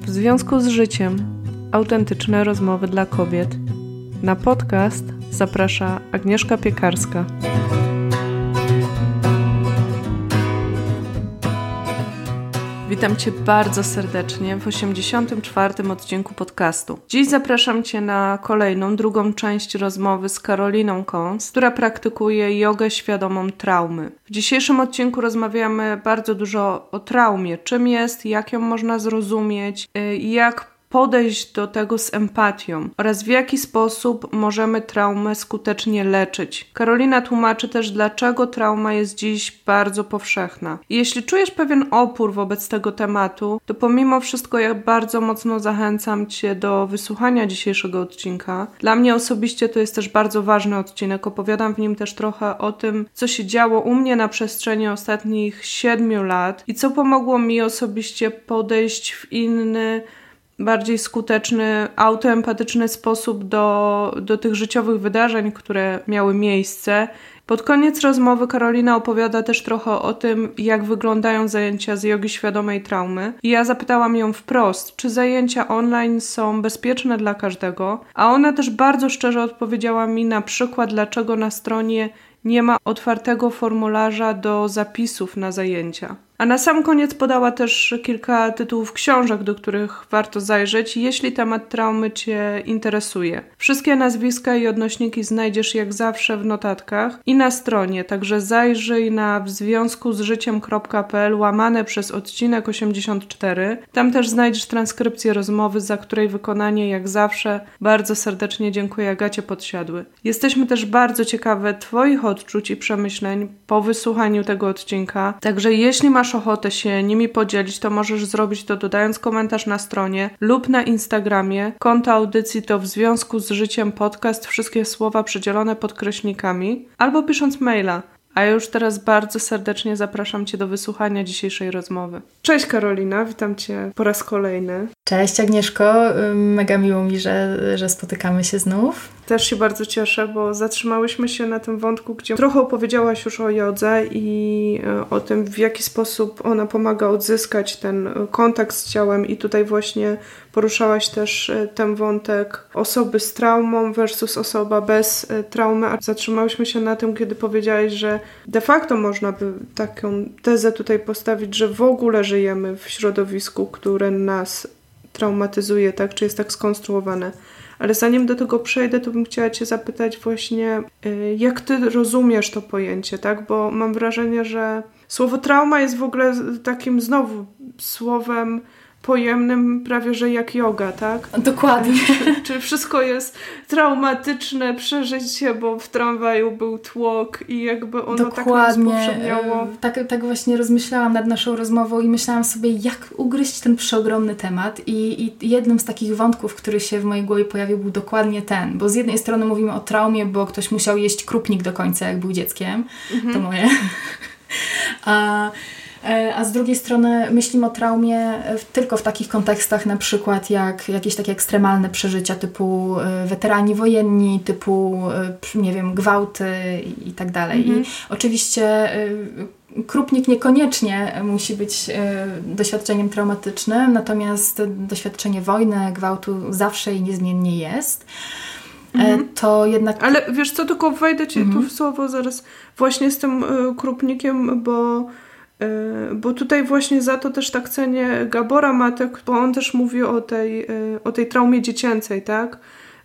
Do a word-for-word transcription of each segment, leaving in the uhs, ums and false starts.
W związku z życiem. Autentyczne rozmowy dla kobiet. Na podcast zaprasza Agnieszka Piekarska. Witam Cię bardzo serdecznie w osiemdziesiątym czwartym odcinku podcastu. Dziś zapraszam Cię na kolejną, drugą część rozmowy z Karoliną Kąs, która praktykuje jogę świadomą traumy. W dzisiejszym odcinku rozmawiamy bardzo dużo o traumie, czym jest, jak ją można zrozumieć i jak podejść do tego z empatią oraz w jaki sposób możemy traumę skutecznie leczyć. Karolina tłumaczy też, dlaczego trauma jest dziś bardzo powszechna. I jeśli czujesz pewien opór wobec tego tematu, to pomimo wszystko ja bardzo mocno zachęcam Cię do wysłuchania dzisiejszego odcinka. Dla mnie osobiście to jest też bardzo ważny odcinek. Opowiadam w nim też trochę o tym, co się działo u mnie na przestrzeni ostatnich siedmiu lat i co pomogło mi osobiście podejść w inny, bardziej skuteczny, autoempatyczny sposób do, do tych życiowych wydarzeń, które miały miejsce. Pod koniec rozmowy Karolina opowiada też trochę o tym, jak wyglądają zajęcia z jogi świadomej traumy. I ja zapytałam ją wprost, czy zajęcia online są bezpieczne dla każdego, a ona też bardzo szczerze odpowiedziała mi na przykład, dlaczego na stronie nie ma otwartego formularza do zapisów na zajęcia. A na sam koniec podała też kilka tytułów książek, do których warto zajrzeć, jeśli temat traumy Cię interesuje. Wszystkie nazwiska i odnośniki znajdziesz jak zawsze w notatkach i na stronie, także zajrzyj na w związku z życiem kropka p l łamane przez odcinek osiemdziesiąt cztery. Tam też znajdziesz transkrypcję rozmowy, za której wykonanie jak zawsze bardzo serdecznie dziękuję Agacie Podsiadły. Jesteśmy też bardzo ciekawe Twoich odczuć i przemyśleń po wysłuchaniu tego odcinka, także jeśli masz masz ochotę się nimi podzielić, to możesz zrobić to dodając komentarz na stronie lub na Instagramie. Konto audycji to w związku z życiem podcast, wszystkie słowa przydzielone podkreśnikami, albo pisząc maila. A ja już teraz bardzo serdecznie zapraszam Cię do wysłuchania dzisiejszej rozmowy. Cześć Karolina, witam Cię po raz kolejny. Cześć Agnieszko, mega miło mi, że, że spotykamy się znów. Też się bardzo cieszę, bo zatrzymałyśmy się na tym wątku, gdzie trochę opowiedziałaś już o jodze i o tym, w jaki sposób ona pomaga odzyskać ten kontakt z ciałem i tutaj właśnie poruszałaś też ten wątek osoby z traumą versus osoba bez traumy, a zatrzymałyśmy się na tym, kiedy powiedziałaś, że de facto można by taką tezę tutaj postawić, że w ogóle żyjemy w środowisku, które nas traumatyzuje, tak? Czy jest tak skonstruowane. Ale zanim do tego przejdę, to bym chciała Cię zapytać właśnie, jak Ty rozumiesz to pojęcie, tak? Bo mam wrażenie, że słowo trauma jest w ogóle takim znowu słowem pojemnym prawie, że jak yoga, tak? Dokładnie. Czy, czy wszystko jest traumatyczne przeżycie, bo w tramwaju był tłok i jakby ono Dokładnie. tak rozpowszechniało. Tak, tak właśnie rozmyślałam nad naszą rozmową i myślałam sobie, jak ugryźć ten przeogromny temat i, i jednym z takich wątków, który się w mojej głowie pojawił, był dokładnie ten, bo z jednej strony mówimy o traumie, bo ktoś musiał jeść krupnik do końca, jak był dzieckiem. Mhm. To moje. A A z drugiej strony myślimy o traumie tylko w takich kontekstach, na przykład jak jakieś takie ekstremalne przeżycia typu weterani wojenni, typu, nie wiem, gwałty i tak dalej. I oczywiście krupnik niekoniecznie musi być doświadczeniem traumatycznym, natomiast doświadczenie wojny, gwałtu zawsze i niezmiennie jest. Mhm. To jednak... Ale wiesz co, tylko wejdę Ci mhm. tu w słowo zaraz właśnie z tym krupnikiem, bo Bo tutaj właśnie za to też tak cenię Gabora Matek, bo on też mówi o tej, o tej traumie dziecięcej, tak?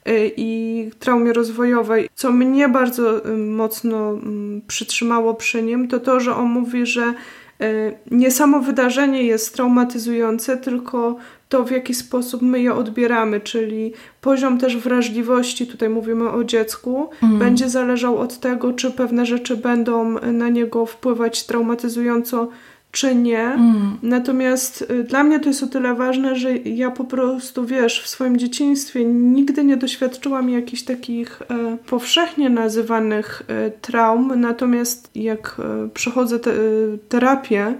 I traumie rozwojowej. Co mnie bardzo mocno przytrzymało przy nim, to to, że on mówi, że nie samo wydarzenie jest traumatyzujące, tylko to, w jaki sposób my je odbieramy, czyli poziom też wrażliwości, tutaj mówimy o dziecku, mm. będzie zależał od tego, czy pewne rzeczy będą na niego wpływać traumatyzująco, czy nie. Mm. Natomiast y, dla mnie to jest o tyle ważne, że ja po prostu, wiesz, w swoim dzieciństwie nigdy nie doświadczyłam jakichś takich e, powszechnie nazywanych e, traum, natomiast jak e, przechodzę te, e, terapię,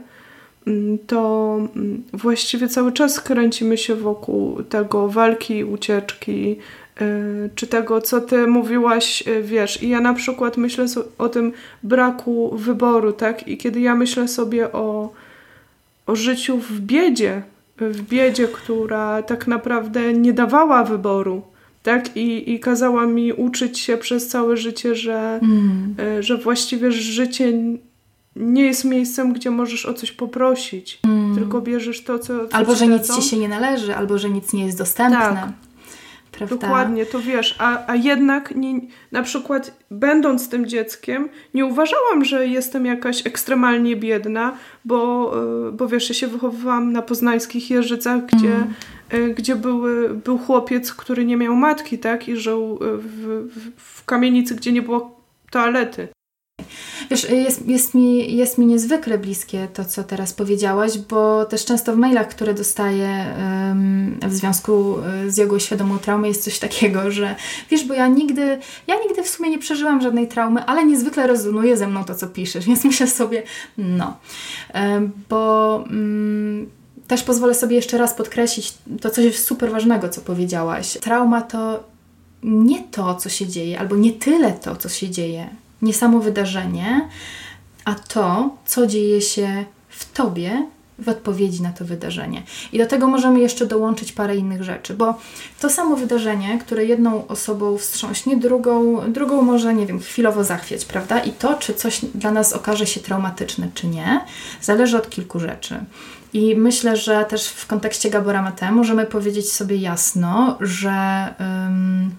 to właściwie cały czas kręcimy się wokół tego walki, ucieczki, czy tego, co ty mówiłaś, wiesz. I ja na przykład myślę o tym braku wyboru, tak? I kiedy ja myślę sobie o, o życiu w biedzie, w biedzie, która tak naprawdę nie dawała wyboru, tak? I, i kazała mi uczyć się przez całe życie, że, mm. że właściwie życie nie jest miejscem, gdzie możesz o coś poprosić, mm. tylko bierzesz to, co... co albo, że nic ci się nie należy, albo, że nic nie jest dostępne. Tak. Prawda? Dokładnie, to wiesz, a, a jednak nie, na przykład będąc tym dzieckiem nie uważałam, że jestem jakaś ekstremalnie biedna, bo, bo wiesz, ja się wychowywałam na poznańskich Jeżycach, gdzie, mm. gdzie były, był chłopiec, który nie miał matki, tak, i żył w, w, w kamienicy, gdzie nie było toalety. Wiesz, jest, jest, mi, jest mi niezwykle bliskie to, co teraz powiedziałaś, bo też często w mailach, które dostaję um, w związku z jogą świadomą traumy, jest coś takiego, że wiesz, bo ja nigdy, ja nigdy w sumie nie przeżyłam żadnej traumy, ale niezwykle rezonuje ze mną to, co piszesz, więc myślę sobie, no, um, bo um, też pozwolę sobie jeszcze raz podkreślić to coś super ważnego, co powiedziałaś. Trauma to nie to, co się dzieje, albo nie tyle to, co się dzieje, nie samo wydarzenie, a to, co dzieje się w tobie w odpowiedzi na to wydarzenie. I do tego możemy jeszcze dołączyć parę innych rzeczy, bo to samo wydarzenie, które jedną osobą wstrząśnie, drugą, drugą może, nie wiem, chwilowo zachwiać, prawda? I to, czy coś dla nas okaże się traumatyczne, czy nie, zależy od kilku rzeczy. I myślę, że też w kontekście Gabora Mate możemy powiedzieć sobie jasno, że um,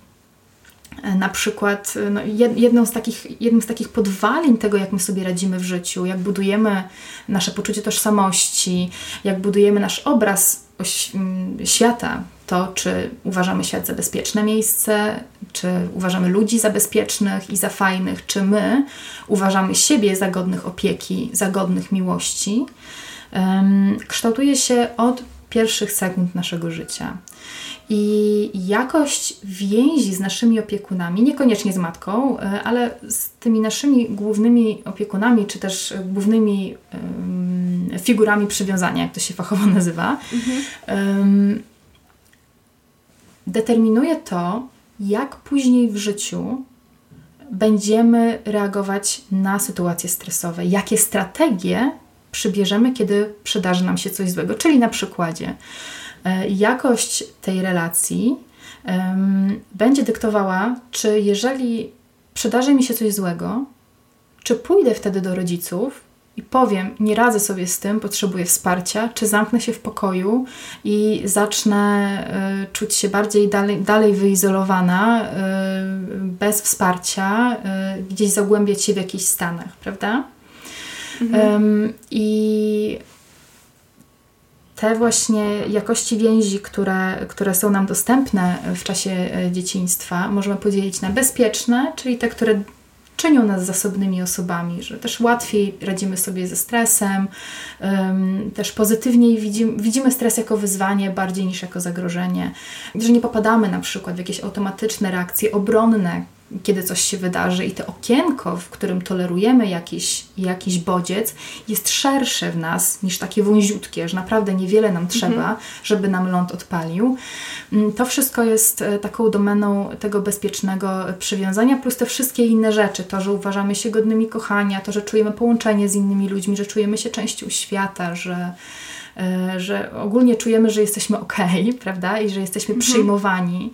na przykład no, jedną z takich, jednym z takich podwalin tego, jak my sobie radzimy w życiu, jak budujemy nasze poczucie tożsamości, jak budujemy naś obraz świata, to czy uważamy świat za bezpieczne miejsce, czy uważamy ludzi za bezpiecznych i za fajnych, czy my uważamy siebie za godnych opieki, za godnych miłości, um, kształtuje się od pierwszych sekund naszego życia. I jakość więzi z naszymi opiekunami, niekoniecznie z matką, ale z tymi naszymi głównymi opiekunami, czy też głównymi um, figurami przywiązania, jak to się fachowo nazywa, mhm. um, determinuje to, jak później w życiu będziemy reagować na sytuacje stresowe, jakie strategie przybierzemy, kiedy przydarzy nam się coś złego. Czyli na przykładzie jakość tej relacji um, będzie dyktowała, czy jeżeli przydarzy mi się coś złego, czy pójdę wtedy do rodziców i powiem, nie radzę sobie z tym, potrzebuję wsparcia, czy zamknę się w pokoju i zacznę y, czuć się bardziej dalej, dalej wyizolowana, y, bez wsparcia, y, gdzieś zagłębiać się w jakichś stanach, prawda? Mhm. Um, I te właśnie jakości więzi, które, które są nam dostępne w czasie dzieciństwa, możemy podzielić na bezpieczne, czyli te, które czynią nas zasobnymi osobami, że też łatwiej radzimy sobie ze stresem, um, też pozytywniej widzimy, widzimy stres jako wyzwanie bardziej niż jako zagrożenie, że nie popadamy na przykład w jakieś automatyczne reakcje obronne, kiedy coś się wydarzy i to okienko, w którym tolerujemy jakiś, jakiś bodziec, jest szersze w nas niż takie wąziutkie, że naprawdę niewiele nam trzeba, mhm. żeby nam ląd odpalił. To wszystko jest taką domeną tego bezpiecznego przywiązania, plus te wszystkie inne rzeczy. To, że uważamy się godnymi kochania, to, że czujemy połączenie z innymi ludźmi, że czujemy się częścią świata, że, że ogólnie czujemy, że jesteśmy okej, prawda? I że jesteśmy mhm. przyjmowani.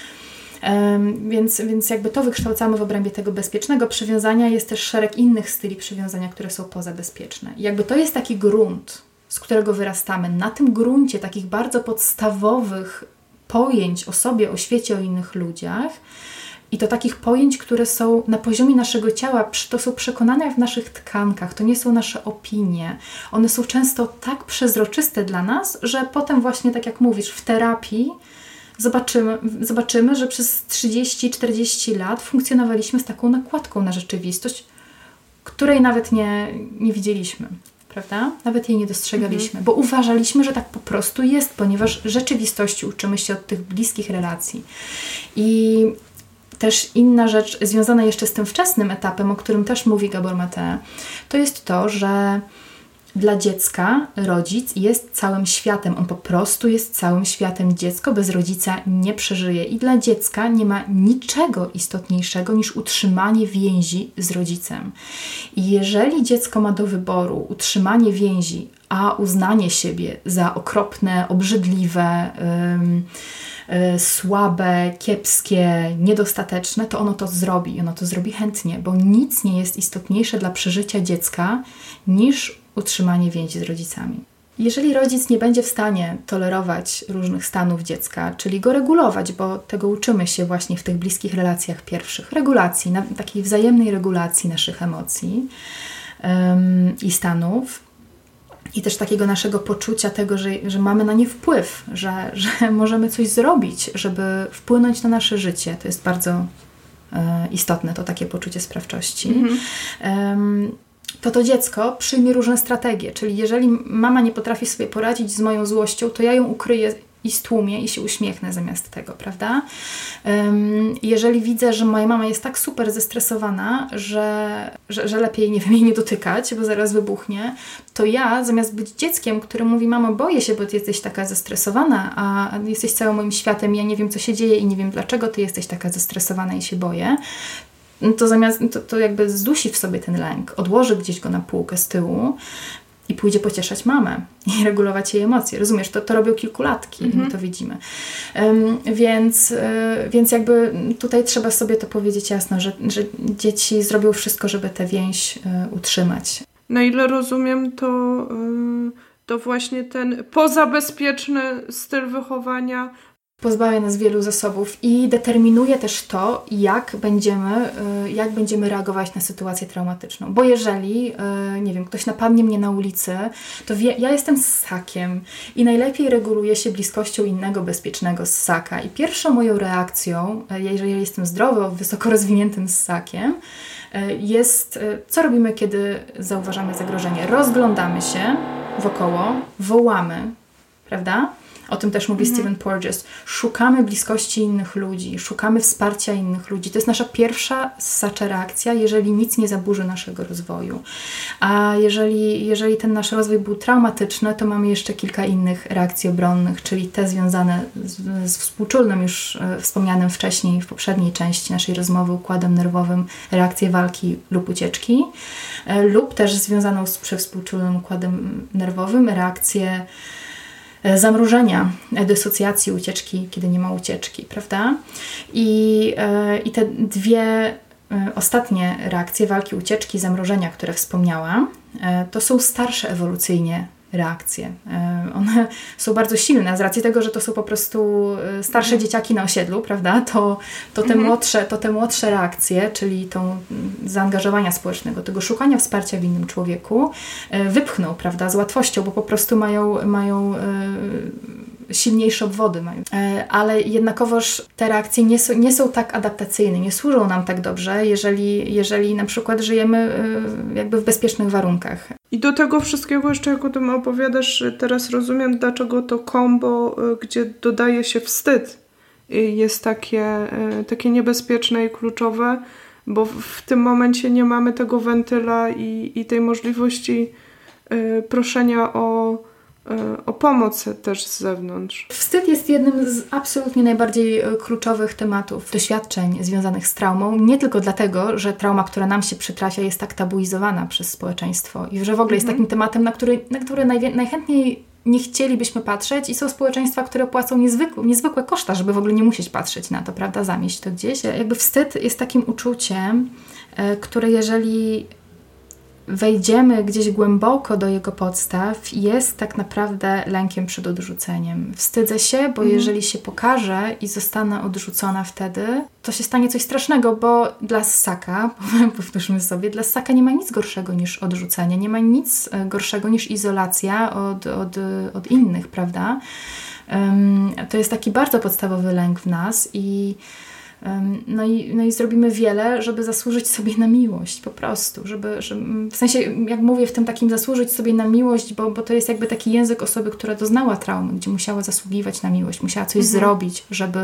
Um, więc, więc jakby to wykształcamy w obrębie tego bezpiecznego przywiązania. Jest też szereg innych styli przywiązania, które są pozabezpieczne. I jakby to jest taki grunt, z którego wyrastamy. Na tym gruncie takich bardzo podstawowych pojęć o sobie, o świecie, o innych ludziach i to takich pojęć, które są na poziomie naszego ciała, to są przekonania w naszych tkankach, to nie są nasze opinie. One są często tak przezroczyste dla nas, że potem właśnie, tak jak mówisz, w terapii Zobaczymy, zobaczymy, że przez trzydzieści czterdzieści lat funkcjonowaliśmy z taką nakładką na rzeczywistość, której nawet nie, nie widzieliśmy, prawda? Nawet jej nie dostrzegaliśmy, mhm. bo uważaliśmy, że tak po prostu jest, ponieważ rzeczywistości uczymy się od tych bliskich relacji. I też inna rzecz związana jeszcze z tym wczesnym etapem, o którym też mówi Gabor Mate, to jest to, że dla dziecka rodzic jest całym światem. On po prostu jest całym światem. Dziecko bez rodzica nie przeżyje. I dla dziecka nie ma niczego istotniejszego niż utrzymanie więzi z rodzicem. I jeżeli dziecko ma do wyboru utrzymanie więzi a uznanie siebie za okropne, obrzydliwe, ym, y, słabe, kiepskie, niedostateczne, to ono to zrobi. Ono to zrobi chętnie, bo nic nie jest istotniejsze dla przeżycia dziecka niż utrzymanie więzi z rodzicami. Jeżeli rodzic nie będzie w stanie tolerować różnych stanów dziecka, czyli go regulować, bo tego uczymy się właśnie w tych bliskich relacjach pierwszych, regulacji, na, takiej wzajemnej regulacji naszych emocji ym, i stanów, i też takiego naszego poczucia tego, że, że mamy na nie wpływ, że, że możemy coś zrobić, żeby wpłynąć na nasze życie. To jest bardzo y, istotne, to takie poczucie sprawczości. Mhm. Ym, to to dziecko przyjmie różne strategie. Czyli jeżeli mama nie potrafi sobie poradzić z moją złością, to ja ją ukryję i stłumię i się uśmiechnę zamiast tego, prawda? Um, jeżeli widzę, że moja mama jest tak super zestresowana, że, że, że lepiej, nie wiem, jej nie dotykać, bo zaraz wybuchnie, to ja zamiast być dzieckiem, które mówi: mamo, boję się, bo ty jesteś taka zestresowana, a jesteś całym moim światem i ja nie wiem, co się dzieje i nie wiem, dlaczego ty jesteś taka zestresowana i się boję, to zamiast, to, to jakby zdusi w sobie ten lęk, odłoży gdzieś go na półkę z tyłu i pójdzie pocieszać mamę i regulować jej emocje. Rozumiesz? To, to robią kilkulatki mm-hmm. i my to widzimy. Um, więc, y, więc jakby tutaj trzeba sobie to powiedzieć jasno, że, że dzieci zrobią wszystko, żeby tę więź y, utrzymać. Na ile rozumiem, to, y, to właśnie ten pozabezpieczny styl wychowania pozbawia nas wielu zasobów i determinuje też to, jak będziemy, jak będziemy reagować na sytuację traumatyczną. Bo jeżeli, nie wiem, ktoś napadnie mnie na ulicy, to wie, ja jestem ssakiem i najlepiej reguluję się bliskością innego bezpiecznego ssaka. I pierwszą moją reakcją, jeżeli ja jestem zdrowy, wysoko rozwiniętym ssakiem, jest, co robimy, kiedy zauważamy zagrożenie. Rozglądamy się wokoło, wołamy, prawda? O tym też mówi mm. Stephen Porges. Szukamy bliskości innych ludzi, szukamy wsparcia innych ludzi. To jest nasza pierwsza ssacza reakcja, jeżeli nic nie zaburzy naszego rozwoju. A jeżeli, jeżeli ten nasz rozwój był traumatyczny, to mamy jeszcze kilka innych reakcji obronnych, czyli te związane z, z współczulnym, już e, wspomnianym wcześniej w poprzedniej części naszej rozmowy układem nerwowym, reakcje walki lub ucieczki, e, lub też związaną z przewspółczulnym układem nerwowym reakcje zamrużenia, dysocjacji, ucieczki, kiedy nie ma ucieczki, prawda? I, yy, i te dwie yy, ostatnie reakcje, walki, ucieczki, zamrożenia, które wspomniałam, yy, to są starsze ewolucyjnie reakcje. Yy, one są bardzo silne z racji tego, że to są po prostu starsze dzieciaki na osiedlu, prawda? To, to, te, mhm. młodsze, to te młodsze reakcje, czyli tą zaangażowania społecznego, tego szukania wsparcia w innym człowieku, yy, wypchną, prawda? Z łatwością, bo po prostu mają, mają yy, silniejsze obwody. Mają. Yy, ale jednakowoż te reakcje nie są, nie są tak adaptacyjne, nie służą nam tak dobrze, jeżeli, jeżeli na przykład żyjemy yy, jakby w bezpiecznych warunkach. I do tego wszystkiego jeszcze, jak o tym opowiadasz, teraz rozumiem, dlaczego to kombo, gdzie dodaje się wstyd, jest takie, takie niebezpieczne i kluczowe, bo w tym momencie nie mamy tego wentyla i, i tej możliwości proszenia o, o pomoc też z zewnątrz. Wstyd jest jednym z absolutnie najbardziej kluczowych tematów, doświadczeń związanych z traumą. Nie tylko dlatego, że trauma, która nam się przytrafia, jest tak tabuizowana przez społeczeństwo i że w ogóle jest takim tematem, na który, na który najwie- najchętniej nie chcielibyśmy patrzeć i są społeczeństwa, które płacą niezwykłe, niezwykłe koszta, żeby w ogóle nie musieć patrzeć na to, prawda, zamieść to gdzieś. Jakby wstyd jest takim uczuciem, które jeżeli wejdziemy gdzieś głęboko do jego podstaw, jest tak naprawdę lękiem przed odrzuceniem. Wstydzę się, bo mhm. jeżeli się pokażę i zostanę odrzucona wtedy, to się stanie coś strasznego, bo dla ssaka, powtórzmy sobie, dla ssaka nie ma nic gorszego niż odrzucenie, nie ma nic gorszego niż izolacja od, od, od innych, prawda? Um, to jest taki bardzo podstawowy lęk w nas i No i, no i zrobimy wiele, żeby zasłużyć sobie na miłość, po prostu, żeby, żeby w sensie, jak mówię w tym takim zasłużyć sobie na miłość, bo, bo to jest jakby taki język osoby, która doznała traumy, gdzie musiała zasługiwać na miłość, musiała coś mhm. zrobić, żeby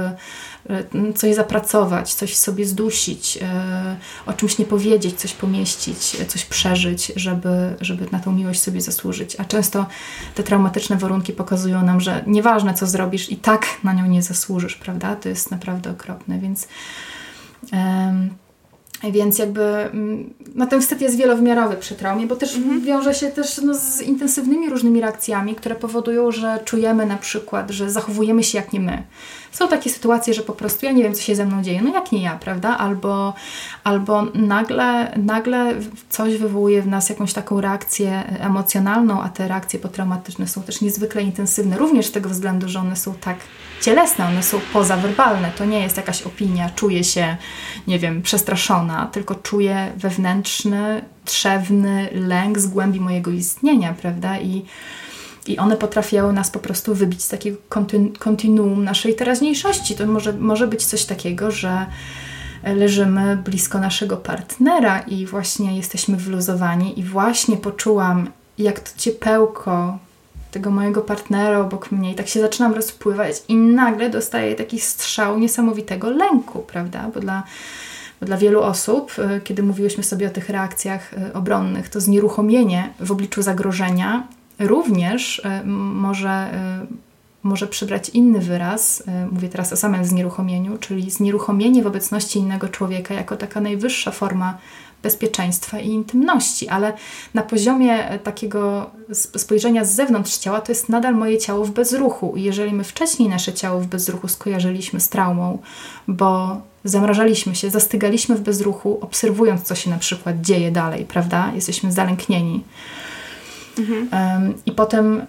coś zapracować, coś sobie zdusić, o czymś nie powiedzieć, coś pomieścić, coś przeżyć, żeby, żeby na tą miłość sobie zasłużyć. A często te traumatyczne warunki pokazują nam, że nieważne co zrobisz, i tak na nią nie zasłużysz, prawda? To jest naprawdę okropne, więc Um, Więc jakby no ten wstyd jest wielowymiarowy przy traumie, bo też mhm. wiąże się też no, z intensywnymi różnymi reakcjami, które powodują, że czujemy na przykład, że zachowujemy się jak nie my. Są takie sytuacje, że po prostu ja nie wiem, co się ze mną dzieje, no jak nie ja, prawda? Albo, albo nagle, nagle coś wywołuje w nas jakąś taką reakcję emocjonalną, a te reakcje potraumatyczne są też niezwykle intensywne, również z tego względu, że one są tak cielesne, one są pozawerbalne. To nie jest jakaś opinia, czuję się, nie wiem, przestraszona, tylko czuję wewnętrzny, trzewny lęk z głębi mojego istnienia, prawda? I I one potrafiały nas po prostu wybić z takiego kontynu- kontinuum naszej teraźniejszości. To może, może być coś takiego, że leżymy blisko naszego partnera i właśnie jesteśmy wyluzowani i właśnie poczułam, jak to ciepełko tego mojego partnera obok mnie i tak się zaczynam rozpływać i nagle dostaję taki strzał niesamowitego lęku, prawda? Bo dla, bo dla wielu osób, kiedy mówiłyśmy sobie o tych reakcjach obronnych, to znieruchomienie w obliczu zagrożenia również y, może, y, może przybrać inny wyraz. Y, mówię teraz o samym znieruchomieniu, czyli znieruchomienie w obecności innego człowieka jako taka najwyższa forma bezpieczeństwa i intymności, ale na poziomie takiego spojrzenia z zewnątrz ciała to jest nadal moje ciało w bezruchu. I jeżeli my wcześniej nasze ciało w bezruchu skojarzyliśmy z traumą, bo zamrażaliśmy się, zastygaliśmy w bezruchu, obserwując, co się na przykład dzieje dalej, prawda? Jesteśmy zalęknieni. Mhm. Um, I potem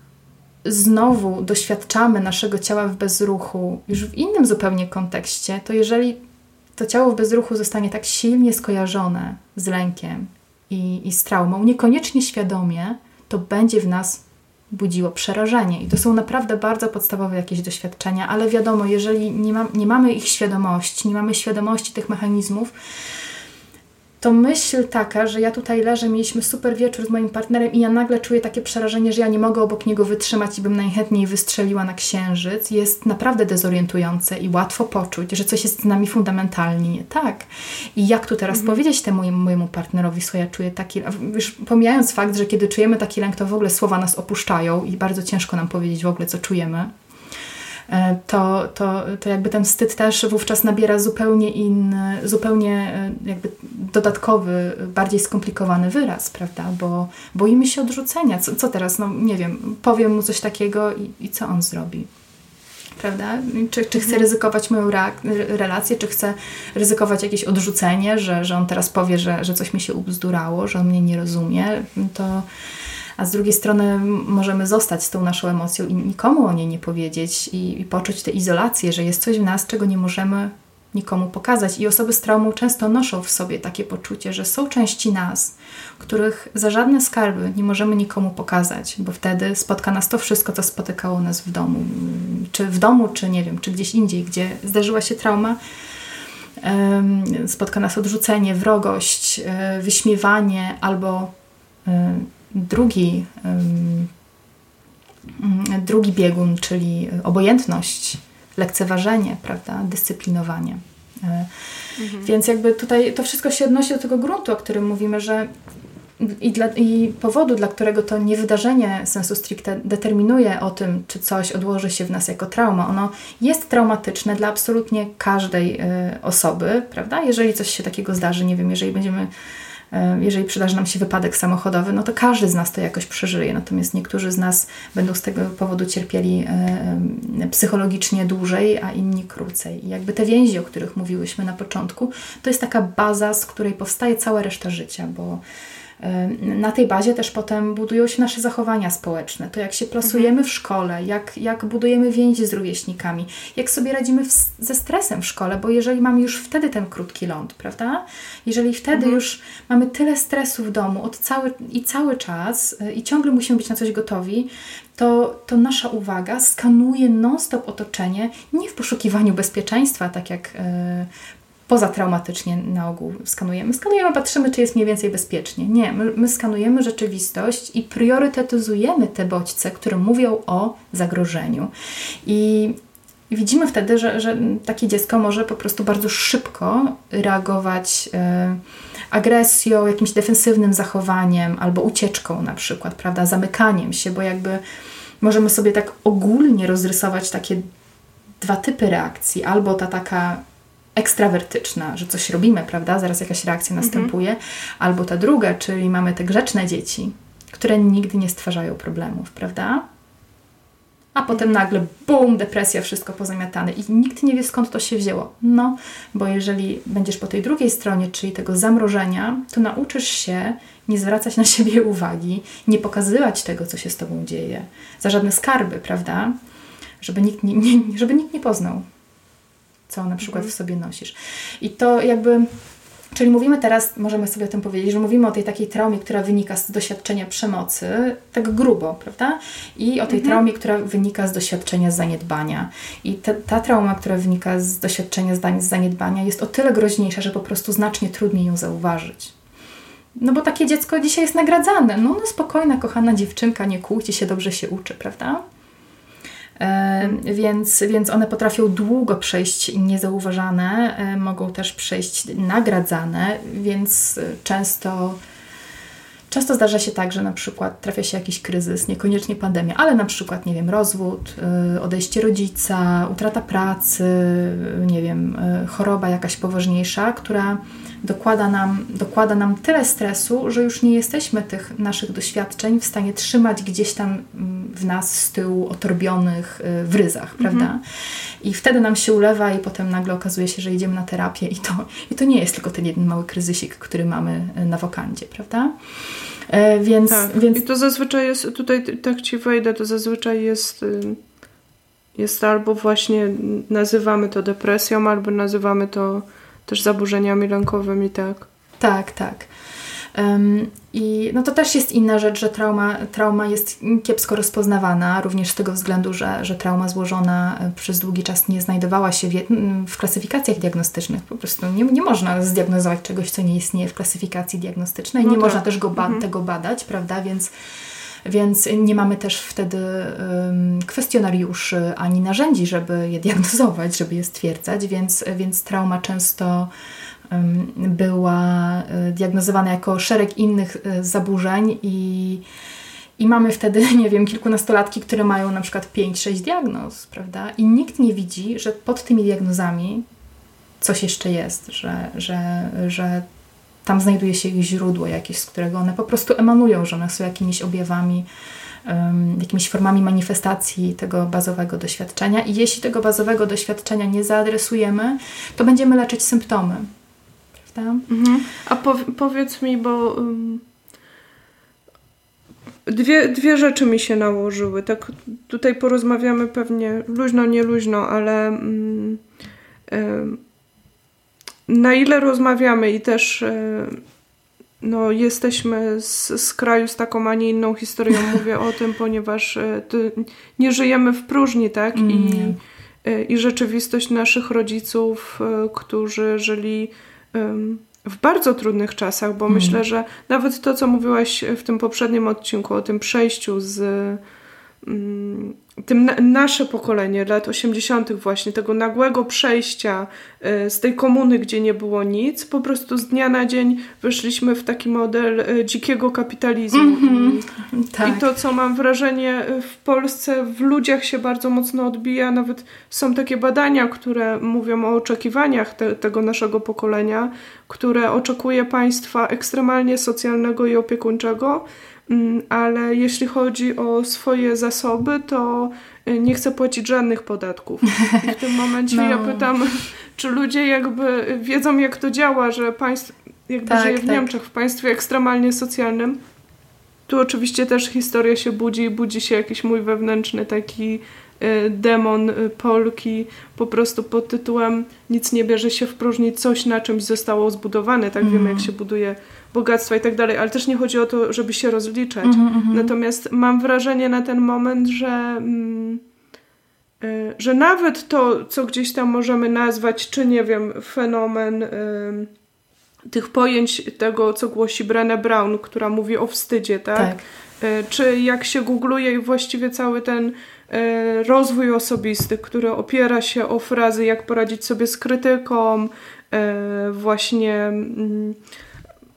znowu doświadczamy naszego ciała w bezruchu już w innym zupełnie kontekście, to jeżeli to ciało w bezruchu zostanie tak silnie skojarzone z lękiem i, i z traumą, niekoniecznie świadomie, to będzie w nas budziło przerażenie. I to są naprawdę bardzo podstawowe jakieś doświadczenia, ale wiadomo, jeżeli nie, ma, nie mamy ich świadomości, nie mamy świadomości tych mechanizmów, to myśl taka, że ja tutaj leżę, mieliśmy super wieczór z moim partnerem i ja nagle czuję takie przerażenie, że ja nie mogę obok niego wytrzymać i bym najchętniej wystrzeliła na księżyc, jest naprawdę dezorientujące i łatwo poczuć, że coś jest z nami fundamentalnie nie tak. I jak tu teraz mhm. powiedzieć temu mojemu partnerowi, słuchaj, ja czuję taki... Już pomijając fakt, że kiedy czujemy taki lęk, to w ogóle słowa nas opuszczają i bardzo ciężko nam powiedzieć w ogóle, co czujemy. To, to, to jakby ten wstyd też wówczas nabiera zupełnie inny, zupełnie jakby dodatkowy, bardziej skomplikowany wyraz, prawda? Bo boimy się odrzucenia. Co, co teraz? No nie wiem, powiem mu coś takiego i, i co on zrobi? Prawda? Czy, czy chcę ryzykować moją reak- relację, czy chcę ryzykować jakieś odrzucenie, że, że on teraz powie, że, że coś mi się ubzdurało, że on mnie nie rozumie, to... A z drugiej strony możemy zostać z tą naszą emocją i nikomu o niej nie powiedzieć i, i poczuć tę izolację, że jest coś w nas, czego nie możemy nikomu pokazać. I osoby z traumą często noszą w sobie takie poczucie, że są części nas, których za żadne skarby nie możemy nikomu pokazać, bo wtedy spotka nas to wszystko, co spotykało nas w domu. Czy w domu, czy nie wiem, czy gdzieś indziej, gdzie zdarzyła się trauma. Spotka nas odrzucenie, wrogość, wyśmiewanie albo Drugi, um, drugi biegun, czyli obojętność, lekceważenie, prawda, dyscyplinowanie. Mhm. Więc jakby tutaj to wszystko się odnosi do tego gruntu, o którym mówimy, że i, dla, i powodu, dla którego to niewydarzenie sensu stricte determinuje o tym, czy coś odłoży się w nas jako trauma. Ono jest traumatyczne dla absolutnie każdej y, osoby, prawda? Jeżeli coś się takiego zdarzy, nie wiem, jeżeli będziemy jeżeli przydarzy nam się wypadek samochodowy, no to każdy z nas to jakoś przeżyje. Natomiast niektórzy z nas będą z tego powodu cierpieli e, psychologicznie dłużej, a inni krócej. I jakby te więzi, o których mówiłyśmy na początku, to jest taka baza, z której powstaje cała reszta życia, bo na tej bazie też potem budują się nasze zachowania społeczne. To jak się plasujemy mhm. w szkole, jak, jak budujemy więzi z rówieśnikami, jak sobie radzimy w, ze stresem w szkole, bo jeżeli mamy już wtedy ten krótki ląd, prawda? Jeżeli wtedy mhm. już mamy tyle stresu w domu od cały, i cały czas i ciągle musimy być na coś gotowi, to, to nasza uwaga skanuje non-stop otoczenie, nie w poszukiwaniu bezpieczeństwa, tak jak yy, pozatraumatycznie na ogół skanujemy. Skanujemy, patrzymy, czy jest mniej więcej bezpiecznie. Nie, my, my skanujemy rzeczywistość i priorytetyzujemy te bodźce, które mówią o zagrożeniu. I widzimy wtedy, że, że takie dziecko może po prostu bardzo szybko reagować e, agresją, jakimś defensywnym zachowaniem albo ucieczką na przykład, prawda, zamykaniem się, bo jakby możemy sobie tak ogólnie rozrysować takie dwa typy reakcji. Albo ta taka ekstrawertyczna, że coś robimy, prawda? Zaraz jakaś reakcja następuje. Mhm. Albo ta druga, czyli mamy te grzeczne dzieci, które nigdy nie stwarzają problemów, prawda? A potem mhm. nagle bum, depresja, wszystko pozamiatane i nikt nie wie, skąd to się wzięło. No, bo jeżeli będziesz po tej drugiej stronie, czyli tego zamrożenia, to nauczysz się nie zwracać na siebie uwagi, nie pokazywać tego, co się z tobą dzieje, za żadne skarby, prawda? Żeby nikt nie, nie, żeby nikt nie poznał, co na przykład mhm. w sobie nosisz. I to jakby... Czyli mówimy teraz, możemy sobie o tym powiedzieć, że mówimy o tej takiej traumie, która wynika z doświadczenia przemocy, tak grubo, prawda? I o tej mhm. traumie, która wynika z doświadczenia zaniedbania. I ta, ta trauma, która wynika z doświadczenia z zaniedbania jest o tyle groźniejsza, że po prostu znacznie trudniej ją zauważyć. No bo takie dziecko dzisiaj jest nagradzane. No, no spokojna, kochana dziewczynka, nie kłóci się, dobrze się uczy, prawda? E, więc, więc one potrafią długo przejść niezauważane, e, mogą też przejść nagradzane, więc często, często zdarza się tak, że na przykład trafia się jakiś kryzys, niekoniecznie pandemia, ale na przykład, nie wiem, rozwód, e, odejście rodzica, utrata pracy, nie wiem, e, choroba jakaś poważniejsza, która dokłada nam, dokłada nam tyle stresu, że już nie jesteśmy tych naszych doświadczeń w stanie trzymać gdzieś tam w nas z tyłu otorbionych w ryzach, prawda? Mhm. I wtedy nam się ulewa i potem nagle okazuje się, że idziemy na terapię i to, i to nie jest tylko ten jeden mały kryzysik, który mamy na wokandzie, prawda? E, więc, tak. więc... I to zazwyczaj jest, tutaj tak Ci wejdę, to zazwyczaj jest, jest albo właśnie nazywamy to depresją, albo nazywamy to też zaburzeniami lękowymi, tak? Tak, tak. Um, I no to też jest inna rzecz, że trauma, trauma jest kiepsko rozpoznawana, również z tego względu, że, że trauma złożona przez długi czas nie znajdowała się w, w klasyfikacjach diagnostycznych. Po prostu nie, nie można zdiagnozować czegoś, co nie istnieje w klasyfikacji diagnostycznej. No nie tak. można też go ba- mhm. tego badać, prawda? Więc Więc nie mamy też wtedy um, kwestionariuszy ani narzędzi, żeby je diagnozować, żeby je stwierdzać, więc, więc trauma często um, była y, diagnozowana jako szereg innych y, zaburzeń i, i mamy wtedy, nie wiem, kilkunastolatki, które mają na przykład pięć sześć diagnoz, prawda? I nikt nie widzi, że pod tymi diagnozami coś jeszcze jest, że, że, że tam znajduje się ich źródło jakieś, z którego one po prostu emanują, że one są jakimiś objawami, um, jakimiś formami manifestacji tego bazowego doświadczenia i jeśli tego bazowego doświadczenia nie zaadresujemy, to będziemy leczyć symptomy. Prawda? Mhm. A po, powiedz mi, bo um, dwie, dwie rzeczy mi się nałożyły. Tak tutaj porozmawiamy pewnie luźno, nie luźno, ale um, um, na ile rozmawiamy i też no, jesteśmy z, z kraju z taką, a nie inną historią, mówię o tym, ponieważ nie żyjemy w próżni, tak? I, mm. i rzeczywistość naszych rodziców, którzy żyli w bardzo trudnych czasach, bo mm. myślę, że nawet to, co mówiłaś w tym poprzednim odcinku o tym przejściu z tym na, nasze pokolenie lat osiemdziesiątych właśnie, tego nagłego przejścia y, z tej komuny, gdzie nie było nic, po prostu z dnia na dzień weszliśmy w taki model y, dzikiego kapitalizmu. Mm-hmm. I, tak. I to, co mam wrażenie w Polsce w ludziach się bardzo mocno odbija, nawet są takie badania, które mówią o oczekiwaniach te, tego naszego pokolenia, które oczekuje państwa ekstremalnie socjalnego i opiekuńczego, ale jeśli chodzi o swoje zasoby, to nie chce płacić żadnych podatków. I w tym momencie no. ja pytam, czy ludzie jakby wiedzą, jak to działa, że państwo jakby tak, żyje w tak. Niemczech, w państwie ekstremalnie socjalnym. Tu oczywiście też historia się budzi, budzi się jakiś mój wewnętrzny taki demon Polki, po prostu pod tytułem nic nie bierze się w próżni, coś na czymś zostało zbudowane, tak mm. wiemy, jak się buduje bogactwa i tak dalej, ale też nie chodzi o to, żeby się rozliczać. Mm-hmm. Natomiast mam wrażenie na ten moment, że mm, y, że nawet to, co gdzieś tam możemy nazwać, czy nie wiem, fenomen y, tych pojęć tego, co głosi Brené Brown, która mówi o wstydzie, tak? tak. Y, czy jak się googluje i właściwie cały ten rozwój osobisty, który opiera się o frazy, jak poradzić sobie z krytyką, właśnie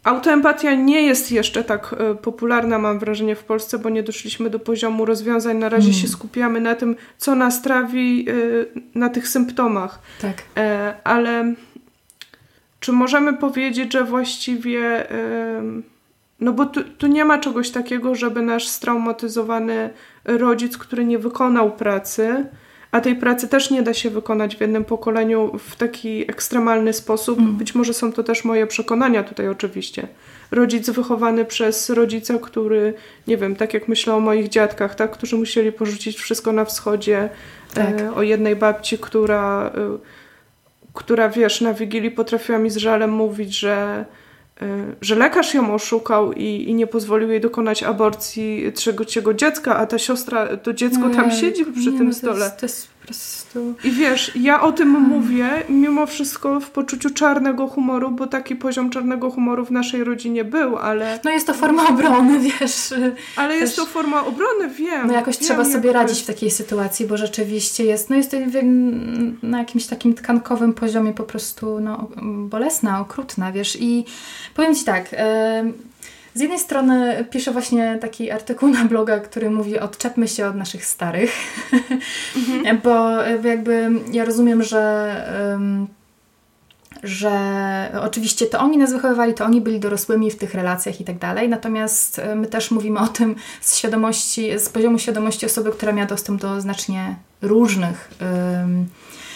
autoempatia nie jest jeszcze tak y, popularna, mam wrażenie, w Polsce, bo nie doszliśmy do poziomu rozwiązań. Na razie mm. się skupiamy na tym, co nas trawi, y, na tych symptomach. Tak. E, ale czy możemy powiedzieć, że właściwie... Y, no bo tu, tu nie ma czegoś takiego, żeby nasz straumatyzowany rodzic, który nie wykonał pracy, a tej pracy też nie da się wykonać w jednym pokoleniu w taki ekstremalny sposób. Mm. Być może są to też moje przekonania tutaj oczywiście. Rodzic wychowany przez rodzica, który, nie wiem, tak jak myślę o moich dziadkach, tak, którzy musieli porzucić wszystko na wschodzie, tak. e, o jednej babci, która, e, która, wiesz, na Wigilii potrafiła mi z żalem mówić, że że lekarz ją oszukał i, i nie pozwolił jej dokonać aborcji trzeciego dziecka, a ta siostra, to dziecko tam siedzi przy nie, tym to stole. Jest, to jest po prostu... I wiesz, ja o tym hmm. mówię mimo wszystko w poczuciu czarnego humoru, bo taki poziom czarnego humoru w naszej rodzinie był, ale... No jest to forma obrony, wiesz. Ale też... jest to forma obrony, wiem. No jakoś wiem, trzeba sobie jak... radzić w takiej sytuacji, bo rzeczywiście jest, no jest to na jakimś takim tkankowym poziomie po prostu no, bolesna, okrutna, wiesz. I powiem Ci tak... Yy... Z jednej strony piszę właśnie taki artykuł na bloga, który mówi odczepmy się od naszych starych, mhm. bo jakby ja rozumiem, że, um, że oczywiście to oni nas wychowywali, to oni byli dorosłymi w tych relacjach i tak dalej, natomiast my też mówimy o tym z świadomości, z poziomu świadomości osoby, która miała dostęp do znacznie różnych um,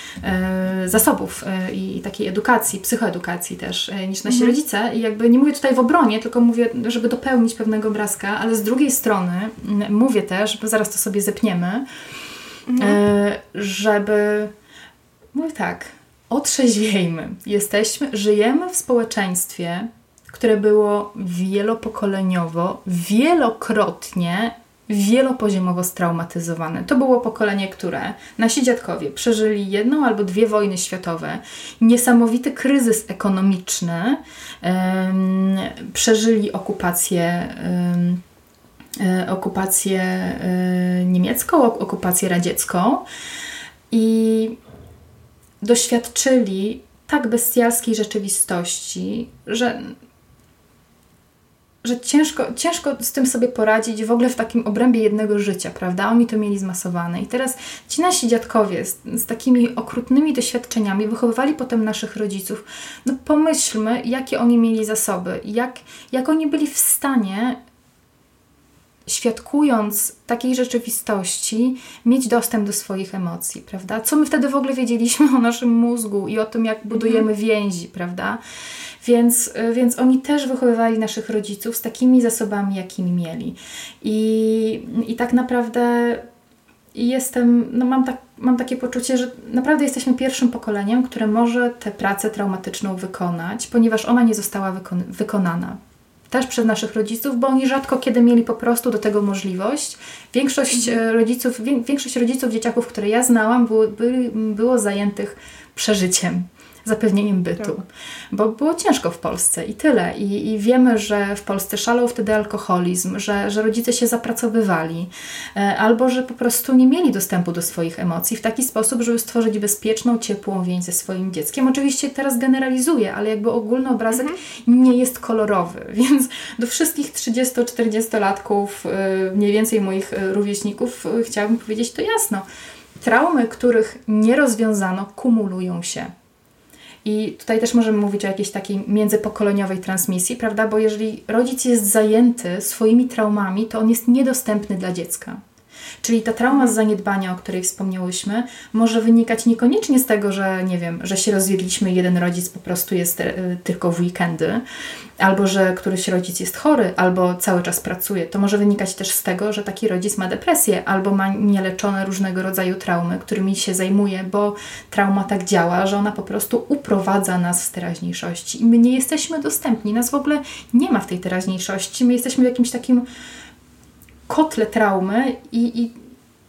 zasobów i takiej edukacji, psychoedukacji też niż nasi mhm. rodzice i jakby nie mówię tutaj w obronie, tylko mówię, żeby dopełnić pewnego obrazka, ale z drugiej strony mówię też, bo zaraz to sobie zepniemy, mhm. żeby mówię tak, otrzeźwiejmy. Jesteśmy, żyjemy w społeczeństwie, które było wielopokoleniowo, wielokrotnie wielopoziomowo straumatyzowane. To było pokolenie, które nasi dziadkowie przeżyli jedną albo dwie wojny światowe, niesamowity kryzys ekonomiczny, um, przeżyli okupację, um, okupację um, niemiecką, okupację radziecką i doświadczyli tak bestialskiej rzeczywistości, że że ciężko, ciężko z tym sobie poradzić w ogóle w takim obrębie jednego życia, prawda? Oni to mieli zmasowane. I teraz ci nasi dziadkowie z, z takimi okrutnymi doświadczeniami wychowywali potem naszych rodziców. No pomyślmy, jakie oni mieli zasoby, jak, jak oni byli w stanie, świadkując takiej rzeczywistości, mieć dostęp do swoich emocji, prawda? Co my wtedy w ogóle wiedzieliśmy o naszym mózgu i o tym, jak budujemy więzi, prawda? Więc, więc oni też wychowywali naszych rodziców z takimi zasobami, jakimi mieli. I, i tak naprawdę jestem, no mam, tak, mam takie poczucie, że naprawdę jesteśmy pierwszym pokoleniem, które może tę pracę traumatyczną wykonać, ponieważ ona nie została wykon- wykonana. Też przez naszych rodziców, bo oni rzadko kiedy mieli po prostu do tego możliwość. Większość mhm. rodziców, wię- większość rodziców, dzieciaków, które ja znałam, było, by, było zajętych przeżyciem, zapewnieniem bytu. Tak. Bo było ciężko w Polsce i tyle. I, i wiemy, że w Polsce szalał wtedy alkoholizm, że, że rodzice się zapracowywali, e, albo że po prostu nie mieli dostępu do swoich emocji w taki sposób, żeby stworzyć bezpieczną, ciepłą więź ze swoim dzieckiem. Oczywiście teraz generalizuję, ale jakby ogólny obrazek mhm. nie jest kolorowy, więc do wszystkich trzydziesto-czterdziestolatków, e, mniej więcej moich rówieśników, e, chciałabym powiedzieć to jasno. Traumy, których nie rozwiązano, kumulują się. I tutaj też możemy mówić o jakiejś takiej międzypokoleniowej transmisji, prawda? Bo jeżeli rodzic jest zajęty swoimi traumami, to on jest niedostępny dla dziecka. Czyli ta trauma z zaniedbania, o której wspomniałyśmy, może wynikać niekoniecznie z tego, że nie wiem, że się rozwiedliśmy i jeden rodzic po prostu jest y, tylko w weekendy, albo że któryś rodzic jest chory, albo cały czas pracuje. To może wynikać też z tego, że taki rodzic ma depresję, albo ma nieleczone różnego rodzaju traumy, którymi się zajmuje, bo trauma tak działa, że ona po prostu uprowadza nas z teraźniejszości. I my nie jesteśmy dostępni. Nas w ogóle nie ma w tej teraźniejszości. My jesteśmy w jakimś takim kotle traumy i, i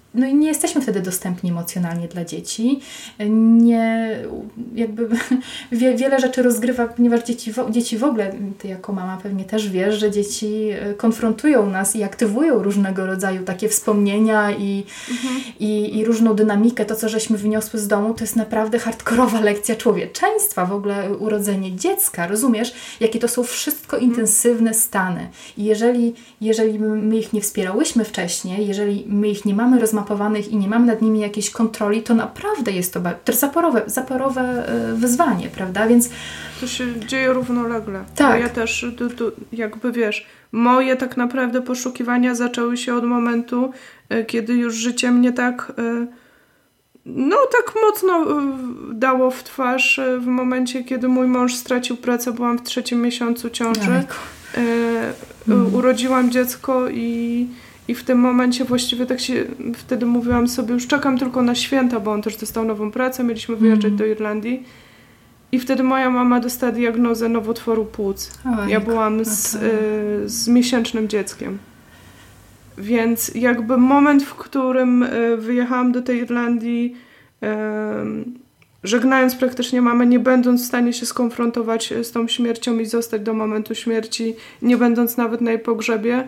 no i nie jesteśmy wtedy dostępni emocjonalnie dla dzieci. Nie, jakby wie, wiele rzeczy rozgrywa, ponieważ dzieci, dzieci w ogóle, ty jako mama pewnie też wiesz, że dzieci konfrontują nas i aktywują różnego rodzaju takie wspomnienia i, mhm. i, i różną dynamikę. To, co żeśmy wyniosły z domu, to jest naprawdę hardkorowa lekcja człowieczeństwa, w ogóle urodzenie dziecka. Rozumiesz? Jakie to są wszystko mhm. intensywne stany. I jeżeli, jeżeli my ich nie wspierałyśmy wcześniej, jeżeli my ich nie mamy rozmawiać mapowanych i nie mamy nad nimi jakiejś kontroli, to naprawdę jest to, to zaporowe, zaporowe wyzwanie, prawda? Więc to się dzieje równolegle. Tak. Bo ja też, tu, tu, jakby wiesz, moje tak naprawdę poszukiwania zaczęły się od momentu, kiedy już życie mnie tak no tak mocno dało w twarz w momencie, kiedy mój mąż stracił pracę, byłam w trzecim miesiącu ciąży. Mm. Urodziłam dziecko i I w tym momencie właściwie tak się, wtedy mówiłam sobie, już czekam tylko na święta, bo on też dostał nową pracę, mieliśmy wyjeżdżać mm. do Irlandii. I wtedy moja mama dostała diagnozę nowotworu płuc. Ojej, ja byłam z, okay. y, z miesięcznym dzieckiem. Więc jakby moment, w którym y, wyjechałam do tej Irlandii, y, żegnając praktycznie mamę, nie będąc w stanie się skonfrontować z tą śmiercią i zostać do momentu śmierci, nie będąc nawet na jej pogrzebie,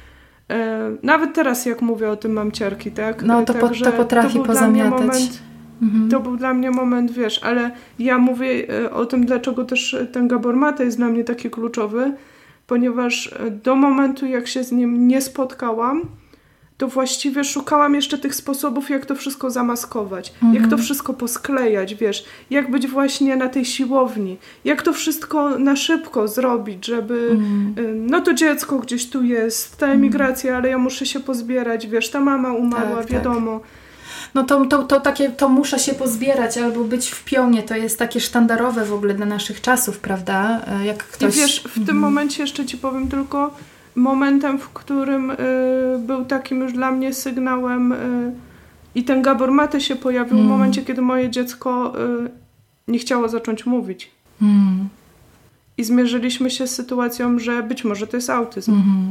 nawet teraz jak mówię o tym mam ciarki, tak? No to, po, to potrafi to pozamiatać. Moment, mhm. To był dla mnie moment, wiesz, ale ja mówię o tym, dlaczego też ten Gabor Mate jest dla mnie taki kluczowy, ponieważ do momentu jak się z nim nie spotkałam, to właściwie szukałam jeszcze tych sposobów, jak to wszystko zamaskować, mhm. jak to wszystko posklejać, wiesz, jak być właśnie na tej siłowni, jak to wszystko na szybko zrobić, żeby mhm. no to dziecko gdzieś tu jest, ta emigracja, mhm. ale ja muszę się pozbierać, wiesz, ta mama umarła, tak, wiadomo. Tak. No to, to, to takie, to muszę się pozbierać albo być w pionie, to jest takie sztandarowe w ogóle dla naszych czasów, prawda? Jak ktoś... I wiesz, w mhm. tym momencie jeszcze ci powiem tylko, momentem, w którym y, był takim już dla mnie sygnałem y, i ten Gabor Mate się pojawił mm. w momencie, kiedy moje dziecko y, nie chciało zacząć mówić. Mm. I zmierzyliśmy się z sytuacją, że być może to jest autyzm. Mm.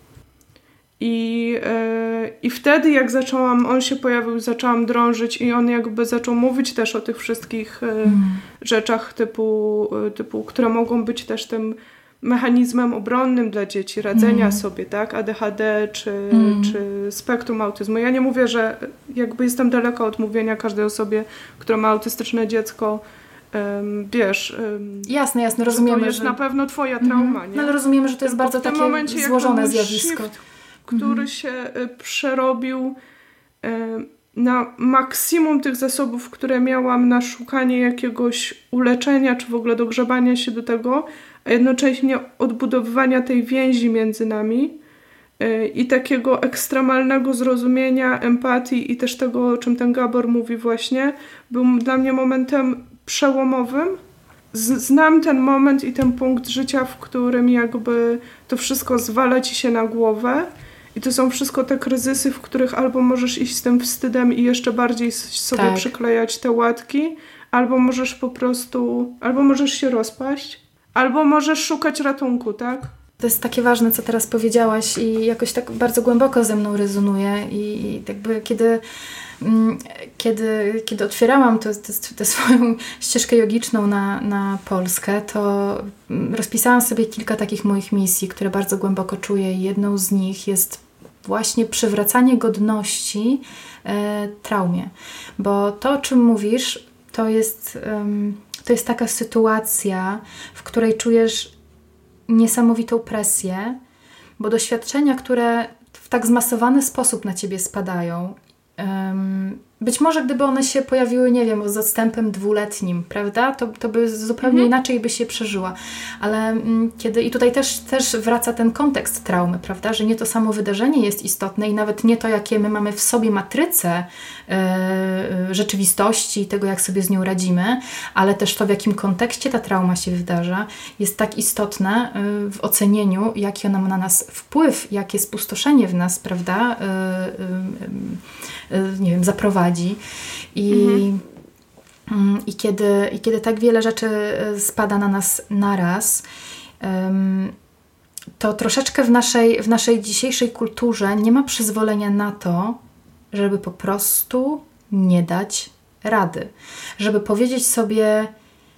I, y, I wtedy jak zaczęłam, on się pojawił, zaczęłam drążyć i on jakby zaczął mówić też o tych wszystkich y, mm. rzeczach typu, y, typu, które mogą być też tym mechanizmem obronnym dla dzieci, radzenia mm. sobie, tak? A D H D czy, mm. czy spektrum autyzmu. Ja nie mówię, że jakby jestem daleka od mówienia każdej osobie, która ma autystyczne dziecko, um, wiesz... Um, jasne, jasne, rozumiemy, to jest że... na pewno twoja trauma, mm. nie? No ale rozumiemy, że to jest Tylko bardzo takie momencie, złożone zjawisko. Shift, który mm. się y, przerobił y, na maksimum tych zasobów, które miałam na szukanie jakiegoś uleczenia, czy w ogóle dogrzebania się do tego, a jednocześnie odbudowywania tej więzi między nami yy, i takiego ekstremalnego zrozumienia, empatii i też tego, o czym ten Gabor mówi właśnie, był dla mnie momentem przełomowym. Z- znam ten moment i ten punkt życia, w którym jakby to wszystko zwala ci się na głowę i to są wszystko te kryzysy, w których albo możesz iść z tym wstydem i jeszcze bardziej sobie tak. przyklejać te łatki, albo możesz po prostu, albo możesz się rozpaść, albo możesz szukać ratunku, tak? To jest takie ważne, co teraz powiedziałaś i jakoś tak bardzo głęboko ze mną rezonuje i, i jakby kiedy, mm, kiedy, kiedy otwierałam tę swoją ścieżkę jogiczną na, na Polskę, to rozpisałam sobie kilka takich moich misji, które bardzo głęboko czuję i jedną z nich jest właśnie przywracanie godności e, traumie. Bo to, o czym mówisz, to jest... Um, To jest taka sytuacja, w której czujesz niesamowitą presję, bo doświadczenia, które w tak zmasowany sposób na ciebie spadają, um, być może gdyby one się pojawiły, nie wiem, z odstępem dwuletnim, prawda? To, to by zupełnie mhm. inaczej by się przeżyła. Ale um, kiedy, i tutaj też, też wraca ten kontekst traumy, prawda? Że nie to samo wydarzenie jest istotne i nawet nie to, jakie my mamy w sobie matrycę yy, rzeczywistości i tego, jak sobie z nią radzimy, ale też to, w jakim kontekście ta trauma się wydarza, jest tak istotne yy, w ocenieniu, jaki ona ma na nas wpływ, jakie spustoszenie w nas, prawda? Yy, yy, yy, nie wiem, zaprowadzi. I, mhm. i, kiedy, I kiedy tak wiele rzeczy spada na nas naraz, um, to troszeczkę w naszej, w naszej dzisiejszej kulturze nie ma przyzwolenia na to, żeby po prostu nie dać rady. Żeby powiedzieć sobie,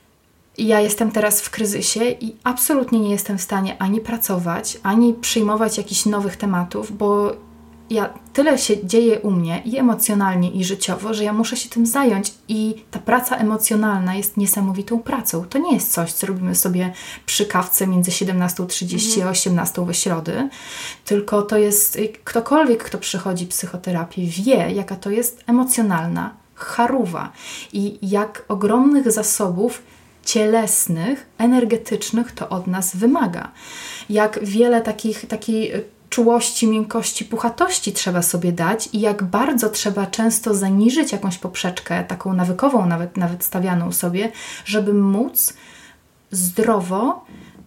ja jestem teraz w kryzysie i absolutnie nie jestem w stanie ani pracować, ani przyjmować jakichś nowych tematów, bo ja, tyle się dzieje u mnie i emocjonalnie, i życiowo, że ja muszę się tym zająć i ta praca emocjonalna jest niesamowitą pracą. To nie jest coś, co robimy sobie przy kawce między siedemnastą trzydzieści mhm. a osiemnastą we środy, tylko to jest, ktokolwiek, kto przychodzi psychoterapię, wie, jaka to jest emocjonalna charuwa i jak ogromnych zasobów cielesnych, energetycznych to od nas wymaga. Jak wiele takich, takiej czułości, miękkości, puchatości trzeba sobie dać i jak bardzo trzeba często zaniżyć jakąś poprzeczkę, taką nawykową nawet, nawet stawianą sobie, żeby móc zdrowo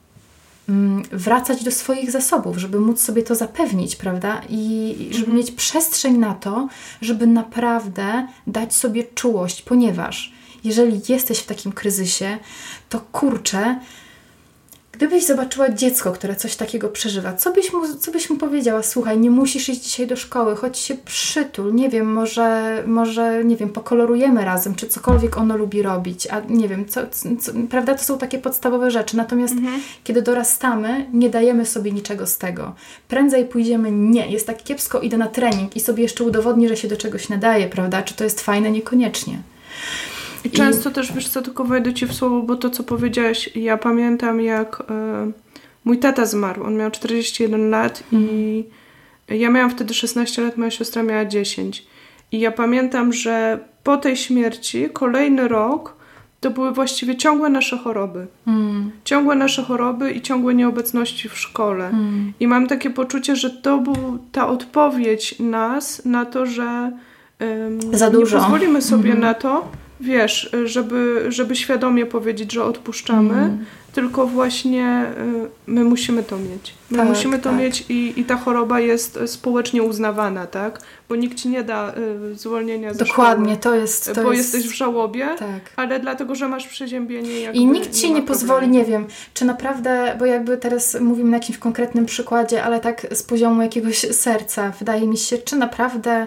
mm, wracać do swoich zasobów, żeby móc sobie to zapewnić, prawda? I żeby mhm. mieć przestrzeń na to, żeby naprawdę dać sobie czułość, ponieważ jeżeli jesteś w takim kryzysie, to kurczę, gdybyś zobaczyła dziecko, które coś takiego przeżywa, co byś mu, co byś mu powiedziała? Słuchaj, nie musisz iść dzisiaj do szkoły, chodź się przytul, nie wiem, może, może nie wiem, pokolorujemy razem, czy cokolwiek ono lubi robić, a nie wiem, co, co, prawda, to są takie podstawowe rzeczy, natomiast mhm. kiedy dorastamy, nie dajemy sobie niczego z tego. Prędzej pójdziemy, nie, jest tak kiepsko, idę na trening i sobie jeszcze udowodnię, że się do czegoś nadaje, prawda, czy to jest fajne? Niekoniecznie. I często I... też, wiesz co, tylko wejdę Ci w słowo, bo to, co powiedziałaś, ja pamiętam, jak y, mój tata zmarł. On miał czterdzieści jeden lat mm. i ja miałam wtedy szesnaście lat, moja siostra miała dziesięć. I ja pamiętam, że po tej śmierci kolejny rok to były właściwie ciągłe nasze choroby. Mm. Ciągłe nasze choroby i ciągłe nieobecności w szkole. Mm. I mam takie poczucie, że to była ta odpowiedź nas na to, że y, Za dużo. nie pozwolimy sobie mm. na to, wiesz, żeby, żeby świadomie powiedzieć, że odpuszczamy, mm. tylko właśnie y, my musimy to mieć. My tak, musimy to tak. mieć i, i ta choroba jest społecznie uznawana, tak? Bo nikt ci nie da y, zwolnienia ze Dokładnie, szkoły, to jest... To bo jest... jesteś w żałobie, tak. ale dlatego, że masz przeziębienie. Jakby I nikt ci nie, nie pozwoli, problemu. nie wiem, czy naprawdę, bo jakby teraz mówimy na jakimś konkretnym przykładzie, ale tak z poziomu jakiegoś serca, wydaje mi się, czy naprawdę...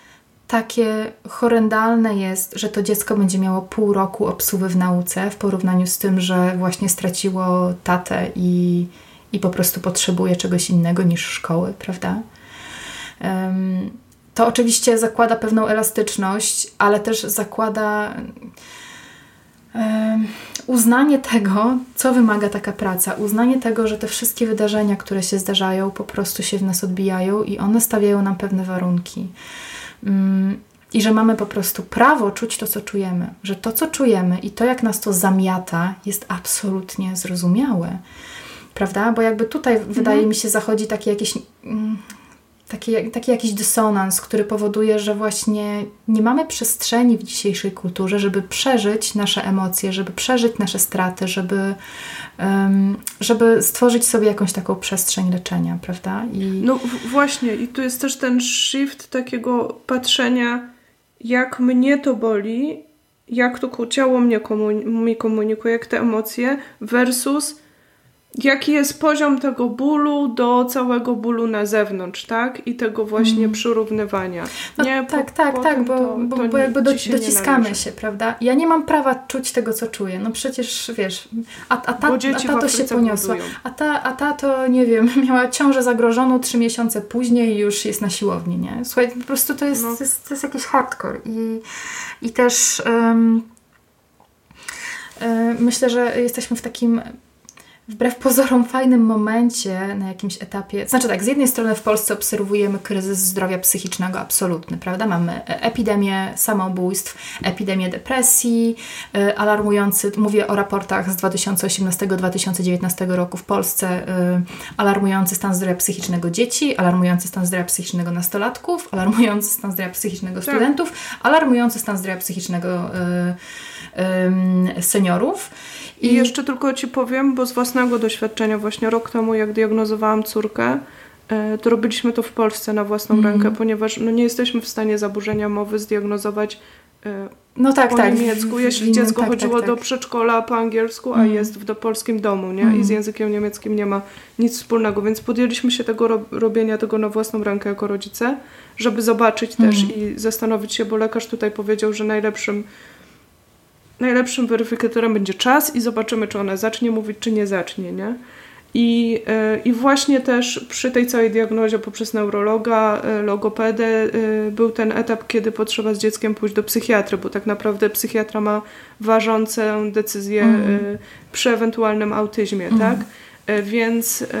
takie horrendalne jest, że to dziecko będzie miało pół roku obsuwy w nauce w porównaniu z tym, że właśnie straciło tatę i, i po prostu potrzebuje czegoś innego niż szkoły, prawda? Um, to oczywiście zakłada pewną elastyczność, ale też zakłada um, uznanie tego, co wymaga taka praca, uznanie tego, że te wszystkie wydarzenia, które się zdarzają, po prostu się w nas odbijają i one stawiają nam pewne warunki. I że mamy po prostu prawo czuć to, co czujemy. Że to, co czujemy i to, jak nas to zamiata, jest absolutnie zrozumiałe. Prawda? Bo jakby tutaj, mhm. wydaje mi się, zachodzi taki jakiś, taki, taki jakiś dysonans, który powoduje, że właśnie nie mamy przestrzeni w dzisiejszej kulturze, żeby przeżyć nasze emocje, żeby przeżyć nasze straty, żeby, um, żeby stworzyć sobie jakąś taką przestrzeń leczenia, prawda? I... No w- właśnie i tu jest też ten shift takiego patrzenia, jak mnie to boli, jak to ciało mnie komun- mi komunikuje, jak te emocje versus jaki jest poziom tego bólu do całego bólu na zewnątrz, tak? I tego właśnie mm. przyrównywania. No, nie, tak, po, tak, tak, bo, to, bo, to bo jakby do, się dociskamy się, prawda? Ja nie mam prawa czuć tego, co czuję. No przecież, wiesz, a, a ta, a ta to się poniosła. A ta, a ta to, nie wiem, miała ciążę zagrożoną trzy miesiące później i już jest na siłowni, nie? Słuchaj, po prostu to jest, no. to jest, to jest jakiś hardcore. I, i też um, um, myślę, że jesteśmy w takim wbrew pozorom fajnym momencie na jakimś etapie. Znaczy tak, z jednej strony w Polsce obserwujemy kryzys zdrowia psychicznego absolutny, prawda? Mamy epidemię samobójstw, epidemię depresji, y, alarmujący, mówię o raportach z dwa tysiące osiemnastego do dwa tysiące dziewiętnastego roku w Polsce, y, alarmujący stan zdrowia psychicznego dzieci, alarmujący stan zdrowia psychicznego nastolatków, alarmujący stan zdrowia psychicznego tak. studentów, alarmujący stan zdrowia psychicznego y, y, seniorów. I, I jeszcze tylko Ci powiem, bo z własnego doświadczenia właśnie rok temu, jak diagnozowałam córkę, to robiliśmy to w Polsce na własną mm. rękę, ponieważ no, nie jesteśmy w stanie zaburzenia mowy zdiagnozować no tak, po tak, niemiecku, w, jeśli w, dziecko tak, chodziło tak, tak. do przedszkola po angielsku, a mm. jest w do polskim domu, nie? Mm. I z językiem niemieckim nie ma nic wspólnego, więc podjęliśmy się tego ro- robienia tego na własną rękę jako rodzice, żeby zobaczyć mm. też i zastanowić się, bo lekarz tutaj powiedział, że najlepszym najlepszym weryfikatorem będzie czas i zobaczymy, czy ona zacznie mówić, czy nie zacznie, nie? I, yy, I właśnie też przy tej całej diagnozie poprzez neurologa, yy, logopedę yy, był ten etap, kiedy potrzeba z dzieckiem pójść do psychiatry, bo tak naprawdę psychiatra ma ważącą decyzję mm. yy, przy ewentualnym autyzmie, mm. tak? Yy, więc yy,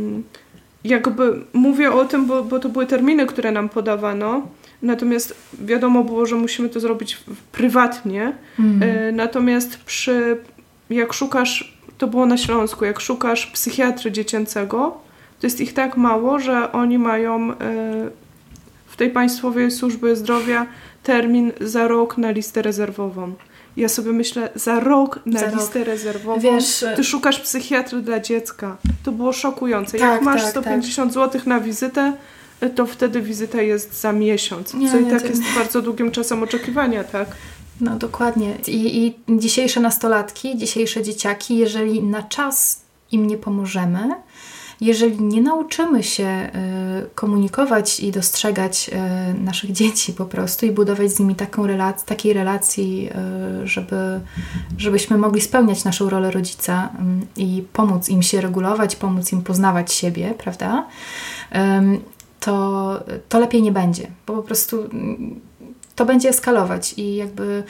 jakby mówię o tym, bo, bo to były terminy, które nam podawano, natomiast wiadomo było, że musimy to zrobić prywatnie, mm. yy, natomiast przy, jak szukasz, to było na Śląsku, jak szukasz psychiatry dziecięcego, to jest ich tak mało, że oni mają yy, w tej Państwowej Służbie Zdrowia termin za rok na listę rezerwową. Ja sobie myślę, za rok na za listę rok. rezerwową, Wiesz, ty szukasz psychiatry dla dziecka. To było szokujące. Tak, jak masz tak, sto pięćdziesiąt tak. złotych na wizytę, to wtedy wizyta jest za miesiąc. Nie, co nie, i tak to... jest bardzo długim czasem oczekiwania, tak? No dokładnie. I, I dzisiejsze nastolatki, dzisiejsze dzieciaki, jeżeli na czas im nie pomożemy, jeżeli nie nauczymy się y, komunikować i dostrzegać y, naszych dzieci po prostu i budować z nimi taką relac- takiej relacji, y, żeby, żebyśmy mogli spełniać naszą rolę rodzica y, i pomóc im się regulować, pomóc im poznawać siebie, prawda? Y, to, to lepiej nie będzie, bo po prostu... Y, to będzie eskalować i jakby...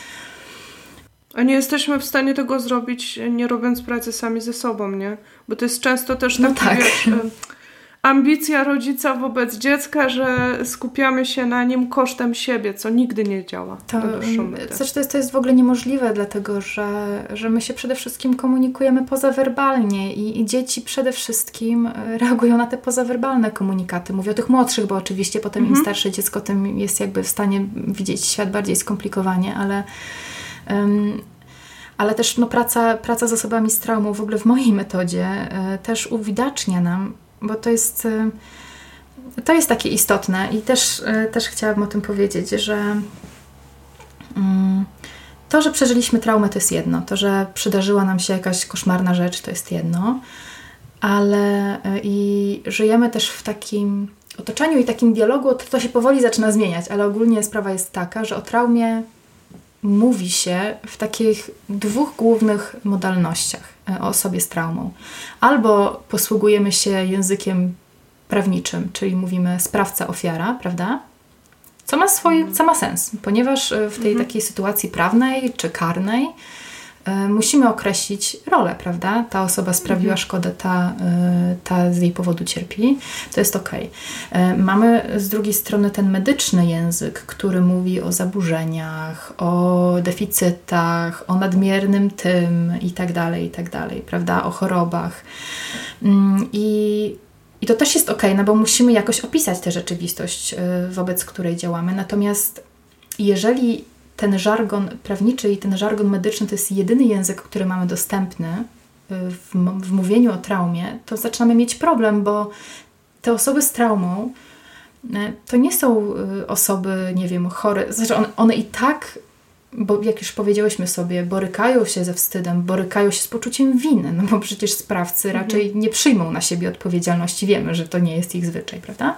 A nie jesteśmy w stanie tego zrobić, nie robiąc pracy sami ze sobą, nie? Bo to jest często też no taki, tak. wiesz, ambicja rodzica wobec dziecka, że skupiamy się na nim kosztem siebie, co nigdy nie działa. To, zresztą to jest, to jest w ogóle niemożliwe, dlatego że, że my się przede wszystkim komunikujemy pozawerbalnie i, i dzieci przede wszystkim reagują na te pozawerbalne komunikaty. Mówię o tych młodszych, bo oczywiście potem mhm. im starsze dziecko, tym jest jakby w stanie widzieć świat bardziej skomplikowanie, ale... Um, ale też no, praca, praca z osobami z traumą w ogóle w mojej metodzie y, też uwidacznia nam, bo to jest, y, to jest takie istotne i też, y, też chciałabym o tym powiedzieć, że y, to, że przeżyliśmy traumę, to jest jedno, to, że przydarzyła nam się jakaś koszmarna rzecz, to jest jedno, ale y, i żyjemy też w takim otoczeniu i takim dialogu, to, to się powoli zaczyna zmieniać, ale ogólnie sprawa jest taka, że o traumie mówi się w takich dwóch głównych modalnościach o osobie z traumą. Albo posługujemy się językiem prawniczym, czyli mówimy sprawca-ofiara, prawda? Co ma, swój, co ma sens, ponieważ w tej mhm. takiej sytuacji prawnej czy karnej y, musimy określić rolę, prawda? Ta osoba sprawiła mhm. szkodę, ta, y, ta z jej powodu cierpi. To jest okej. Okay. Mamy z drugiej strony ten medyczny język, który mówi o zaburzeniach, o deficytach, o nadmiernym tym i tak dalej, i tak dalej, prawda? O chorobach. Y, I I to też jest okej, no bo musimy jakoś opisać tę rzeczywistość, y, wobec której działamy. Natomiast jeżeli ten żargon prawniczy i ten żargon medyczny to jest jedyny język, który mamy dostępny w, w mówieniu o traumie, to zaczynamy mieć problem, bo te osoby z traumą to nie są osoby, nie wiem, chore. Znaczy one, one i tak, bo jak już powiedziałyśmy sobie, borykają się ze wstydem, borykają się z poczuciem winy, no bo przecież sprawcy mhm. raczej nie przyjmą na siebie odpowiedzialności. Wiemy, że to nie jest ich zwyczaj, prawda?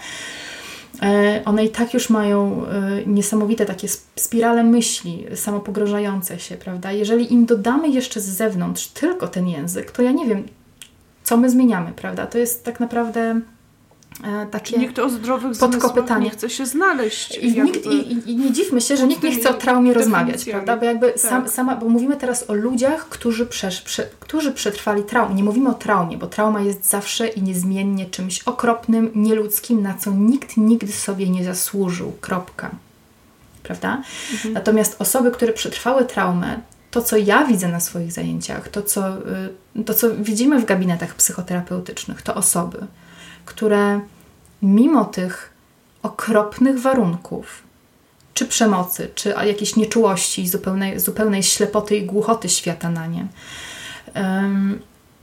One i tak już mają niesamowite takie spirale myśli, samopogrążające się, prawda? Jeżeli im dodamy jeszcze z zewnątrz tylko ten język, to ja nie wiem, co my zmieniamy, prawda? To jest tak naprawdę takie nikt o zdrowych zmysłach nie chce się znaleźć. I, nikt, i, I nie dziwmy się, że nikt nie chce o traumie rozmawiać, prawda? Bo jakby tak. sam, sama, bo mówimy teraz o ludziach, którzy, przesz, prze, którzy przetrwali traumę. Nie mówimy o traumie, bo trauma jest zawsze i niezmiennie czymś okropnym, nieludzkim, na co nikt nigdy sobie nie zasłużył. Kropka. Prawda? Mhm. Natomiast osoby, które przetrwały traumę, to, co ja widzę na swoich zajęciach, to co, to, co widzimy w gabinetach psychoterapeutycznych, to osoby, które mimo tych okropnych warunków, czy przemocy, czy jakiejś nieczułości, zupełnej, zupełnej ślepoty i głuchoty świata na nie, um,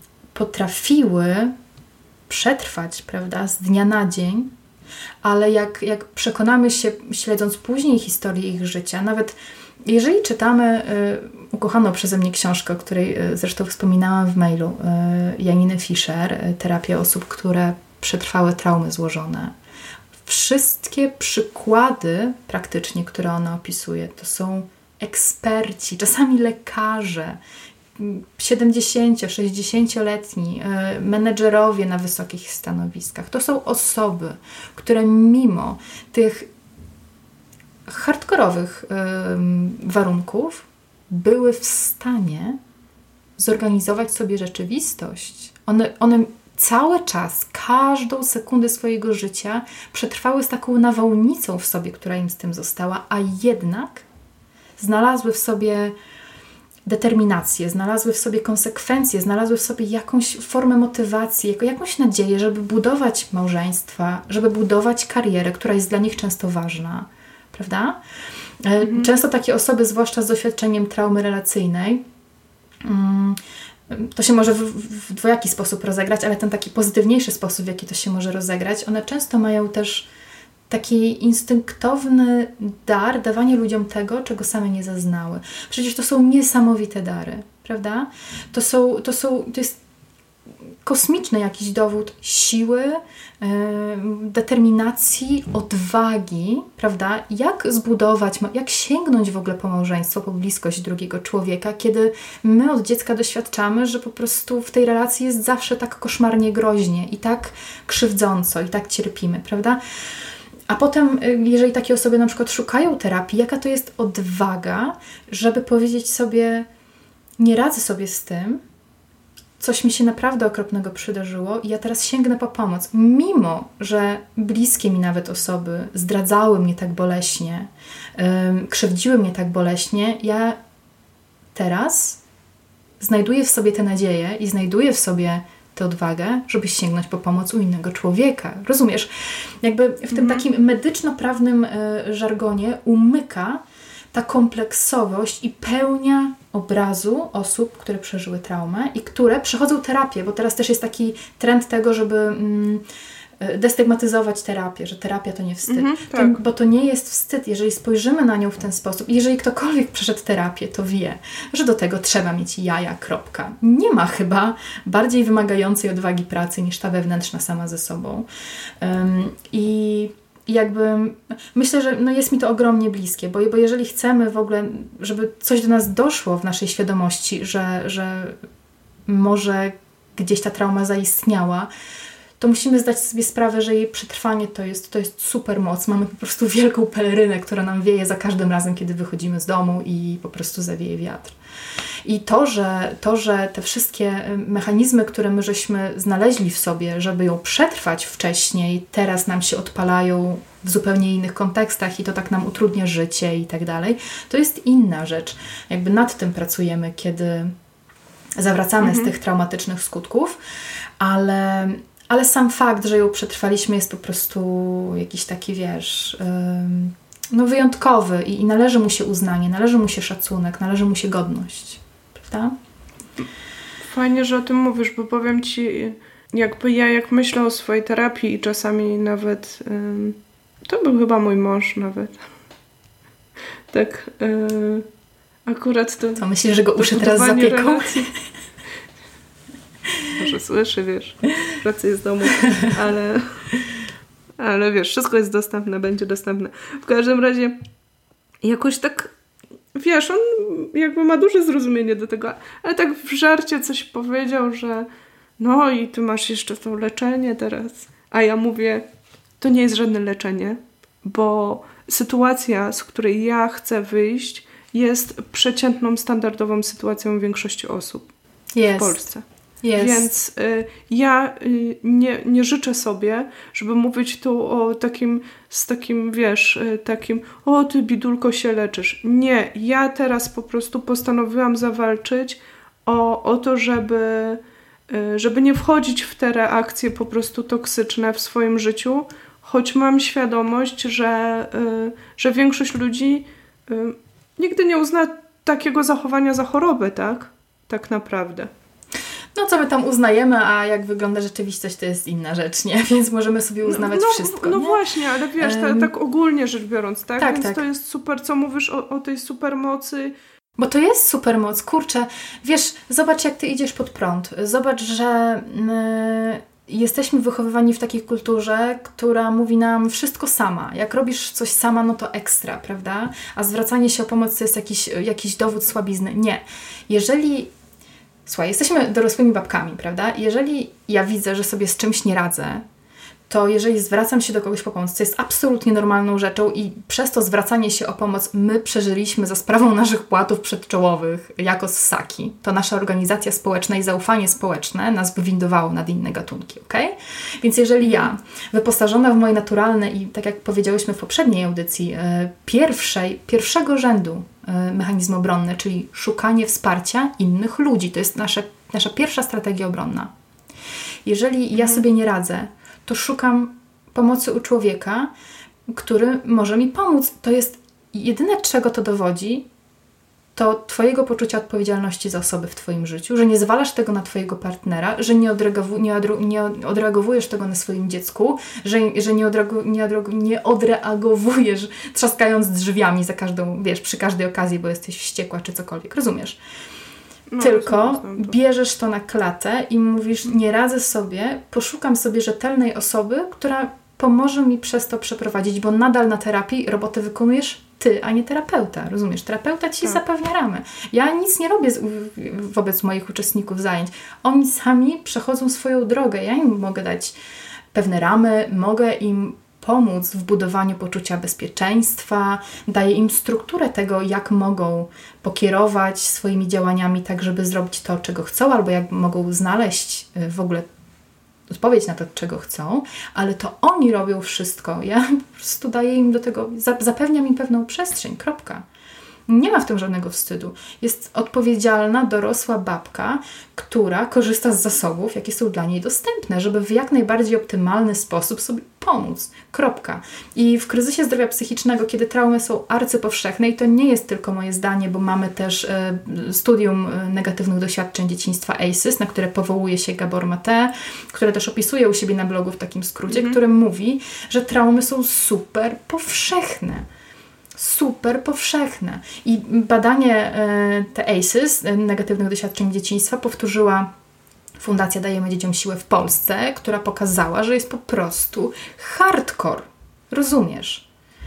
potrafiły przetrwać, prawda, z dnia na dzień, ale jak, jak przekonamy się, śledząc później historię ich życia, nawet Jeżeli czytamy y, ukochaną przeze mnie książkę, o której y, zresztą wspominałam w mailu, y, Janiny Fischer, y, Terapia osób, które przetrwały traumy złożone. Wszystkie przykłady praktycznie, które ona opisuje, to są eksperci, czasami lekarze, siedemdziesięcio-, sześćdziesięcioletni y, menedżerowie na wysokich stanowiskach. To są osoby, które mimo tych hardkorowych y, warunków były w stanie zorganizować sobie rzeczywistość. One, one cały czas, każdą sekundę swojego życia przetrwały z taką nawałnicą w sobie, która im z tym została, a jednak znalazły w sobie determinację, znalazły w sobie konsekwencje, znalazły w sobie jakąś formę motywacji, jakąś nadzieję, żeby budować małżeństwa, żeby budować karierę, która jest dla nich często ważna. Prawda? Mhm. Często takie osoby, zwłaszcza z doświadczeniem traumy relacyjnej, to się może w, w dwojaki sposób rozegrać, ale ten taki pozytywniejszy sposób, w jaki to się może rozegrać, one często mają też taki instynktowny dar dawania ludziom tego, czego same nie zaznały. Przecież to są niesamowite dary, prawda? To są, to są, to jest kosmiczny jakiś dowód siły, yy, determinacji, odwagi, prawda? Jak zbudować, jak sięgnąć w ogóle po małżeństwo, po bliskość drugiego człowieka, kiedy my od dziecka doświadczamy, że po prostu w tej relacji jest zawsze tak koszmarnie groźnie i tak krzywdząco i tak cierpimy, prawda? A potem, jeżeli takie osoby na przykład szukają terapii, jaka to jest odwaga, żeby powiedzieć sobie, nie radzę sobie z tym, coś mi się naprawdę okropnego przydarzyło i ja teraz sięgnę po pomoc. Mimo że bliskie mi nawet osoby zdradzały mnie tak boleśnie, um, krzywdziły mnie tak boleśnie, ja teraz znajduję w sobie tę nadzieję i znajduję w sobie tę odwagę, żeby sięgnąć po pomoc u innego człowieka. Rozumiesz? Jakby w tym mm. takim medyczno-prawnym y, żargonie umyka ta kompleksowość i pełnia obrazu osób, które przeżyły traumę i które przechodzą terapię, bo teraz też jest taki trend tego, żeby mm, destygmatyzować terapię, że terapia to nie wstyd. Mm-hmm, tak. to, bo to nie jest wstyd, jeżeli spojrzymy na nią w ten sposób. Jeżeli ktokolwiek przeszedł terapię, to wie, że do tego trzeba mieć jaja, kropka. Nie ma chyba bardziej wymagającej odwagi pracy niż ta wewnętrzna sama ze sobą. Um, I I jakby myślę, że no jest mi to ogromnie bliskie, bo, bo jeżeli chcemy w ogóle, żeby coś do nas doszło w naszej świadomości, że, że może gdzieś ta trauma zaistniała, to musimy zdać sobie sprawę, że jej przetrwanie to jest, to jest super moc. Mamy po prostu wielką pelerynę, która nam wieje za każdym razem, kiedy wychodzimy z domu i po prostu zawieje wiatr. I to, że, to, że te wszystkie mechanizmy, które my żeśmy znaleźli w sobie, żeby ją przetrwać wcześniej, teraz nam się odpalają w zupełnie innych kontekstach i to tak nam utrudnia życie i tak dalej, to jest inna rzecz. Jakby nad tym pracujemy, kiedy zawracamy mhm. z tych traumatycznych skutków, ale, ale sam fakt, że ją przetrwaliśmy, jest po prostu jakiś taki, wiesz... Ym, no wyjątkowy i, i należy mu się uznanie, należy mu się szacunek, należy mu się godność. Prawda? Fajnie, że o tym mówisz, bo powiem Ci, jakby ja jak myślę o swojej terapii i czasami nawet ym, to był chyba mój mąż nawet. Tak yy, akurat to... To myślisz, że go uszy teraz zapieką? Może słyszy, wiesz, pracuję z domu, ale... Ale wiesz, wszystko jest dostępne, będzie dostępne. W każdym razie jakoś tak, wiesz, on jakby ma duże zrozumienie do tego, ale tak w żarcie coś powiedział, że no i ty masz jeszcze to leczenie teraz. A ja mówię, to nie jest żadne leczenie, bo sytuacja, z której ja chcę wyjść, jest przeciętną, standardową sytuacją większości osób yes. w Polsce. Yes. Więc y, ja y, nie, nie życzę sobie, żeby mówić tu o takim, z takim, wiesz, y, takim, o ty bidulko się leczysz. Nie, ja teraz po prostu postanowiłam zawalczyć o, o to, żeby, y, żeby nie wchodzić w te reakcje po prostu toksyczne w swoim życiu, choć mam świadomość, że, y, że większość ludzi y, nigdy nie uzna takiego zachowania za chorobę, tak? Tak naprawdę. no co my tam uznajemy, a jak wygląda rzeczywistość, to jest inna rzecz, nie? Więc możemy sobie uznawać no, no, wszystko, No nie? właśnie, ale wiesz, um, ta, tak ogólnie rzecz biorąc, tak? tak Więc tak. to jest super, co mówisz o, o tej supermocy. Bo to jest supermoc, kurczę. Wiesz, zobacz jak ty idziesz pod prąd. Zobacz, że yy, jesteśmy wychowywani w takiej kulturze, która mówi nam wszystko sama. Jak robisz coś sama, no to ekstra, prawda? A zwracanie się o pomoc to jest jakiś, jakiś dowód słabizny. Nie. Jeżeli... Słuchaj, jesteśmy dorosłymi babkami, prawda? Jeżeli ja widzę, że sobie z czymś nie radzę, to jeżeli zwracam się do kogoś po pomoc, to jest absolutnie normalną rzeczą i przez to zwracanie się o pomoc my przeżyliśmy za sprawą naszych płatów przedczołowych jako ssaki. To nasza organizacja społeczna i zaufanie społeczne nas wywindowało nad inne gatunki, okej? Okay? Więc jeżeli ja, wyposażona w moje naturalne i tak jak powiedziałyśmy w poprzedniej audycji, pierwszej, pierwszego rzędu mechanizm obronny, czyli szukanie wsparcia innych ludzi, to jest nasze, nasza pierwsza strategia obronna. Jeżeli ja sobie nie radzę, to szukam pomocy u człowieka, który może mi pomóc. To jest jedyne, czego to dowodzi, to twojego poczucia odpowiedzialności za osoby w twoim życiu, że nie zwalasz tego na twojego partnera, że nie, odreagowu- nie, odre- nie odreagowujesz tego na swoim dziecku, że, że nie, odreagu- nie, odreagu- nie odreagowujesz trzaskając drzwiami za każdą, wiesz, przy każdej okazji, bo jesteś wściekła czy cokolwiek. Rozumiesz? No, tylko bierzesz to na klatę i mówisz, nie radzę sobie, poszukam sobie rzetelnej osoby, która pomoże mi przez to przeprowadzić, bo nadal na terapii robotę wykonujesz ty, a nie terapeuta, rozumiesz? Terapeuta ci tak. zapewnia ramy. Ja nic nie robię z, wobec moich uczestników zajęć. Oni sami przechodzą swoją drogę. Ja im mogę dać pewne ramy, mogę im pomóc w budowaniu poczucia bezpieczeństwa, daje im strukturę tego, jak mogą pokierować swoimi działaniami tak, żeby zrobić to, czego chcą, albo jak mogą znaleźć w ogóle odpowiedź na to, czego chcą, ale to oni robią wszystko. Ja po prostu daję im do tego, zapewniam im pewną przestrzeń, kropka. Nie ma w tym żadnego wstydu. Jest odpowiedzialna, dorosła babka, która korzysta z zasobów, jakie są dla niej dostępne, żeby w jak najbardziej optymalny sposób sobie pomóc. Kropka. I w kryzysie zdrowia psychicznego, kiedy traumy są arcypowszechne, i to nie jest tylko moje zdanie, bo mamy też e, studium negatywnych doświadczeń dzieciństwa A C E S, na które powołuje się Gabor Mate, które też opisuje u siebie na blogu w takim skrócie, mm-hmm. który mówi, że traumy są super powszechne. Super powszechne. I badanie te A C E S, negatywnych doświadczeń dzieciństwa, powtórzyła Fundacja Dajemy Dzieciom Siłę w Polsce, która pokazała, że jest po prostu hardcore. Rozumiesz?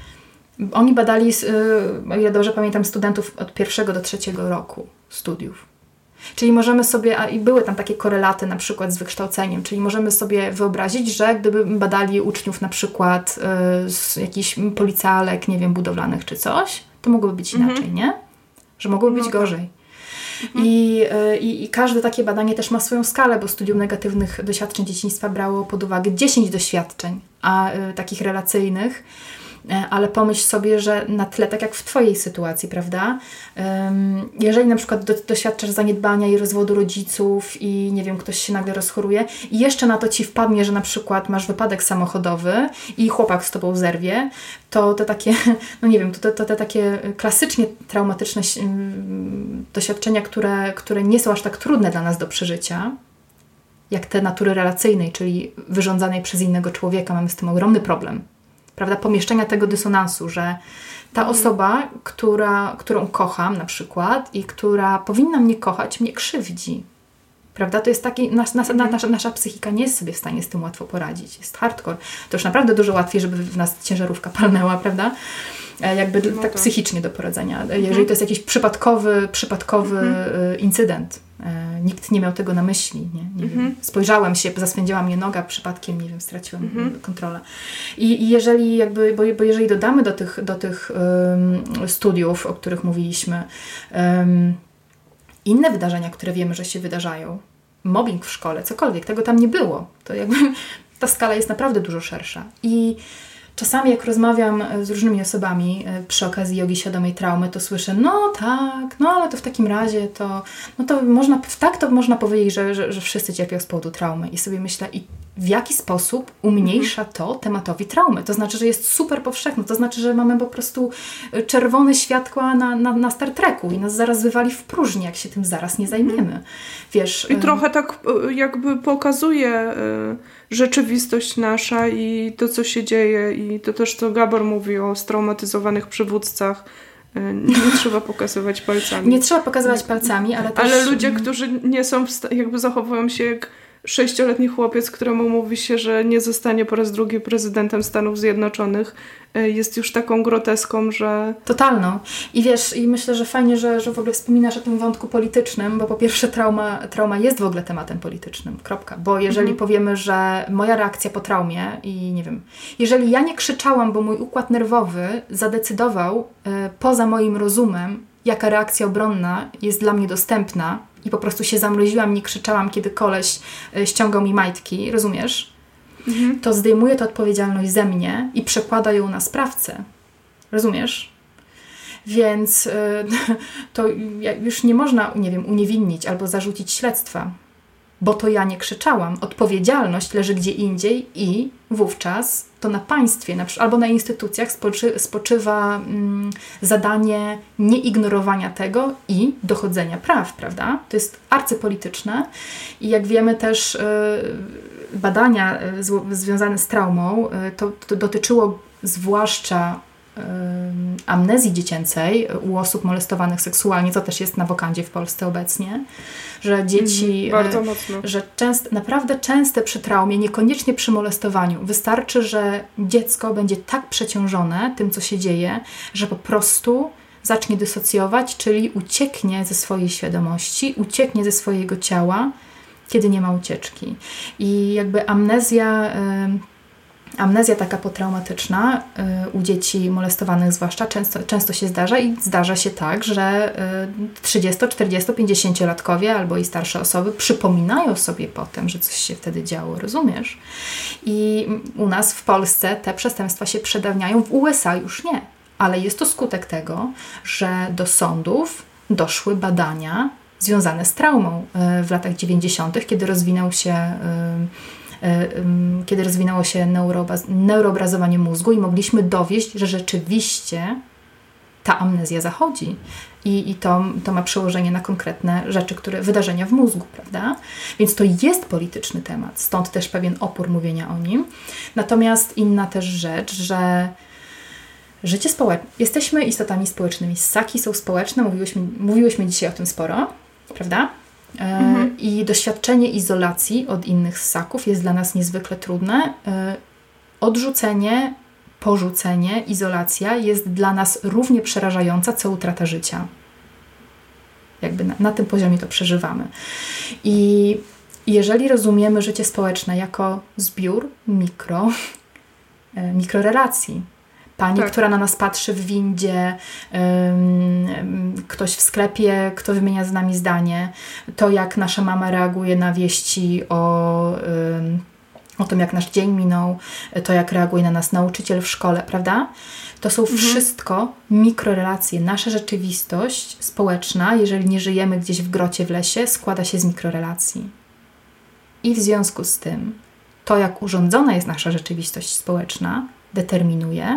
Oni badali, o ile dobrze pamiętam, studentów od pierwszego do trzeciego roku studiów. Czyli możemy sobie, a i były tam takie korelaty na przykład z wykształceniem, czyli możemy sobie wyobrazić, że gdyby badali uczniów na przykład y, z jakichś policealek, nie wiem, budowlanych czy coś, to mogłoby być inaczej, mhm. nie? Że mogłoby być no, gorzej. Mhm. I, y, I każde takie badanie też ma swoją skalę, bo studium negatywnych doświadczeń dzieciństwa brało pod uwagę dziesięć doświadczeń, a y, takich relacyjnych, ale pomyśl sobie, że na tle, tak jak w twojej sytuacji, prawda? Jeżeli na przykład do, doświadczasz zaniedbania i rozwodu rodziców i nie wiem, ktoś się nagle rozchoruje i jeszcze na to ci wpadnie, że na przykład masz wypadek samochodowy i chłopak z tobą zerwie, to te takie, no nie wiem, to te, to te takie klasycznie traumatyczne doświadczenia, które, które nie są aż tak trudne dla nas do przeżycia, jak te natury relacyjnej, czyli wyrządzanej przez innego człowieka, mamy z tym ogromny problem. Prawda, pomieszczenia tego dysonansu, że ta osoba, która, którą kocham na przykład i która powinna mnie kochać, mnie krzywdzi. Prawda, to jest taki, nas, nas, nasza, nasza psychika nie jest sobie w stanie z tym łatwo poradzić. Jest hardcore. To już naprawdę dużo łatwiej, żeby w nas ciężarówka palnęła, prawda? Jakby no tak to. psychicznie do poradzenia. Mhm. Jeżeli to jest jakiś przypadkowy, przypadkowy mhm. incydent. Nikt nie miał tego na myśli. Nie? Nie mhm. wiem. Spojrzałem się, zaswędziła mnie noga, przypadkiem, nie wiem, straciłam mhm. kontrolę. I, i jeżeli jakby, bo, bo jeżeli dodamy do tych, do tych um, studiów, o których mówiliśmy, um, inne wydarzenia, które wiemy, że się wydarzają, mobbing w szkole, cokolwiek, tego tam nie było. To jakby ta skala jest naprawdę dużo szersza. I czasami jak rozmawiam z różnymi osobami przy okazji jogi świadomej traumy, to słyszę, no tak, no ale to w takim razie to, no to można, tak to można powiedzieć, że, że, że wszyscy cierpią z powodu traumy. I sobie myślę, i w jaki sposób umniejsza to tematowi traumy. To znaczy, że jest super powszechne. To znaczy, że mamy po prostu czerwone światła na, na, na Star Treku i nas zaraz wywali w próżnię, jak się tym zaraz nie zajmiemy. Wiesz, I trochę tak jakby pokazuje rzeczywistość nasza i to, co się dzieje, i to też, co Gabor mówi o straumatyzowanych przywódcach. Nie trzeba pokazywać palcami. Nie trzeba pokazywać palcami, ale też... Ale ludzie, którzy nie są, w sta- jakby zachowują się jak sześcioletni chłopiec, któremu mówi się, że nie zostanie po raz drugi prezydentem Stanów Zjednoczonych, jest już taką groteską, że... Totalną. I wiesz, i myślę, że fajnie, że, że w ogóle wspominasz o tym wątku politycznym, bo po pierwsze trauma, trauma jest w ogóle tematem politycznym. Kropka. Bo jeżeli mhm. powiemy, że moja reakcja po traumie i nie wiem, jeżeli ja nie krzyczałam, bo mój układ nerwowy zadecydował y, poza moim rozumem, jaka reakcja obronna jest dla mnie dostępna i po prostu się zamroziłam, nie krzyczałam, kiedy koleś y, ściągał mi majtki, rozumiesz? Mhm. To zdejmuje tę odpowiedzialność ze mnie i przekłada ją na sprawcę. Rozumiesz? Więc y, to już nie można, nie wiem, uniewinnić albo zarzucić śledztwa, bo to ja nie krzyczałam. Odpowiedzialność leży gdzie indziej i wówczas to na państwie na przykład, albo na instytucjach spoczy, spoczywa mm, zadanie nieignorowania tego i dochodzenia praw, prawda? To jest arcypolityczne i jak wiemy też y, badania y, z, związane z traumą, y, to, to dotyczyło zwłaszcza amnezji dziecięcej u osób molestowanych seksualnie, co też jest na wokandzie w Polsce obecnie, że dzieci, mm, bardzo mocno. że częst, naprawdę częste przy traumie, niekoniecznie przy molestowaniu, wystarczy, że dziecko będzie tak przeciążone tym, co się dzieje, że po prostu zacznie dysocjować, czyli ucieknie ze swojej świadomości, ucieknie ze swojego ciała, kiedy nie ma ucieczki. I jakby amnezja Amnezja taka potraumatyczna y, u dzieci molestowanych zwłaszcza często, często się zdarza i zdarza się tak, że y, trzydziesto-, czterdziesto-, pięćdziesięciolatkowie albo i starsze osoby przypominają sobie potem, że coś się wtedy działo, rozumiesz? I u nas w Polsce te przestępstwa się przedawniają, w U S A już nie, ale jest to skutek tego, że do sądów doszły badania związane z traumą y, w latach dziewięćdziesiątych, kiedy rozwinął się y, kiedy rozwinęło się neurobaz- neuroobrazowanie mózgu i mogliśmy dowieść, że rzeczywiście ta amnezja zachodzi. I, i to, to ma przełożenie na konkretne rzeczy, które, wydarzenia w mózgu, prawda? Więc to jest polityczny temat, stąd też pewien opór mówienia o nim. Natomiast inna też rzecz, że życie społeczne, jesteśmy istotami społecznymi, ssaki są społeczne, mówiłyśmy, mówiłyśmy dzisiaj o tym sporo, prawda? Mhm. I doświadczenie izolacji od innych ssaków jest dla nas niezwykle trudne. Odrzucenie, porzucenie, izolacja jest dla nas równie przerażająca, co utrata życia. Jakby na, na tym poziomie to przeżywamy. I jeżeli rozumiemy życie społeczne jako zbiór mikro, mikrorelacji, pani, tak. która na nas patrzy w windzie, um, ktoś w sklepie, kto wymienia z nami zdanie, to jak nasza mama reaguje na wieści o, um, o tym, jak nasz dzień minął, to jak reaguje na nas nauczyciel w szkole, prawda? To są mhm. wszystko mikrorelacje. Nasza rzeczywistość społeczna, jeżeli nie żyjemy gdzieś w grocie w lesie, składa się z mikrorelacji. I w związku z tym to, jak urządzona jest nasza rzeczywistość społeczna, determinuje,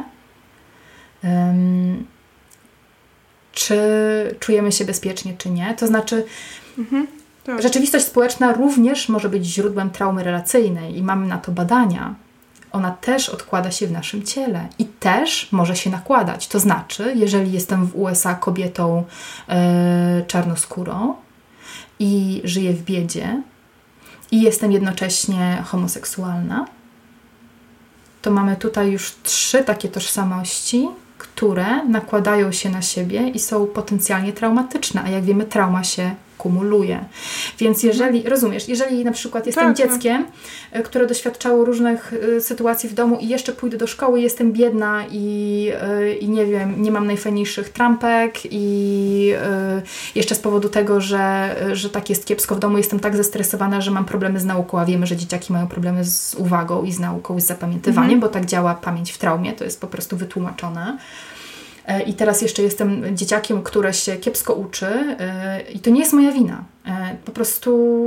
Um, czy czujemy się bezpiecznie, czy nie. To znaczy mhm, tak. rzeczywistość społeczna również może być źródłem traumy relacyjnej i mamy na to badania. Ona też odkłada się w naszym ciele i też może się nakładać. To znaczy, jeżeli jestem w U S A kobietą e, czarnoskórą i żyję w biedzie i jestem jednocześnie homoseksualna, to mamy tutaj już trzy takie tożsamości, które nakładają się na siebie i są potencjalnie traumatyczne, a jak wiemy, trauma się kumuluje. Więc jeżeli, rozumiesz, jeżeli na przykład jestem tak, dzieckiem, tak. które doświadczało różnych y, sytuacji w domu i jeszcze pójdę do szkoły, jestem biedna i, y, i nie wiem, nie mam najfajniejszych trampek i y, jeszcze z powodu tego, że, że tak jest kiepsko w domu, jestem tak zestresowana, że mam problemy z nauką, a wiemy, że dzieciaki mają problemy z uwagą i z nauką, z zapamiętywaniem, mhm. bo tak działa pamięć w traumie, to jest po prostu wytłumaczone. I teraz jeszcze jestem dzieciakiem, które się kiepsko uczy i to nie jest moja wina. Po prostu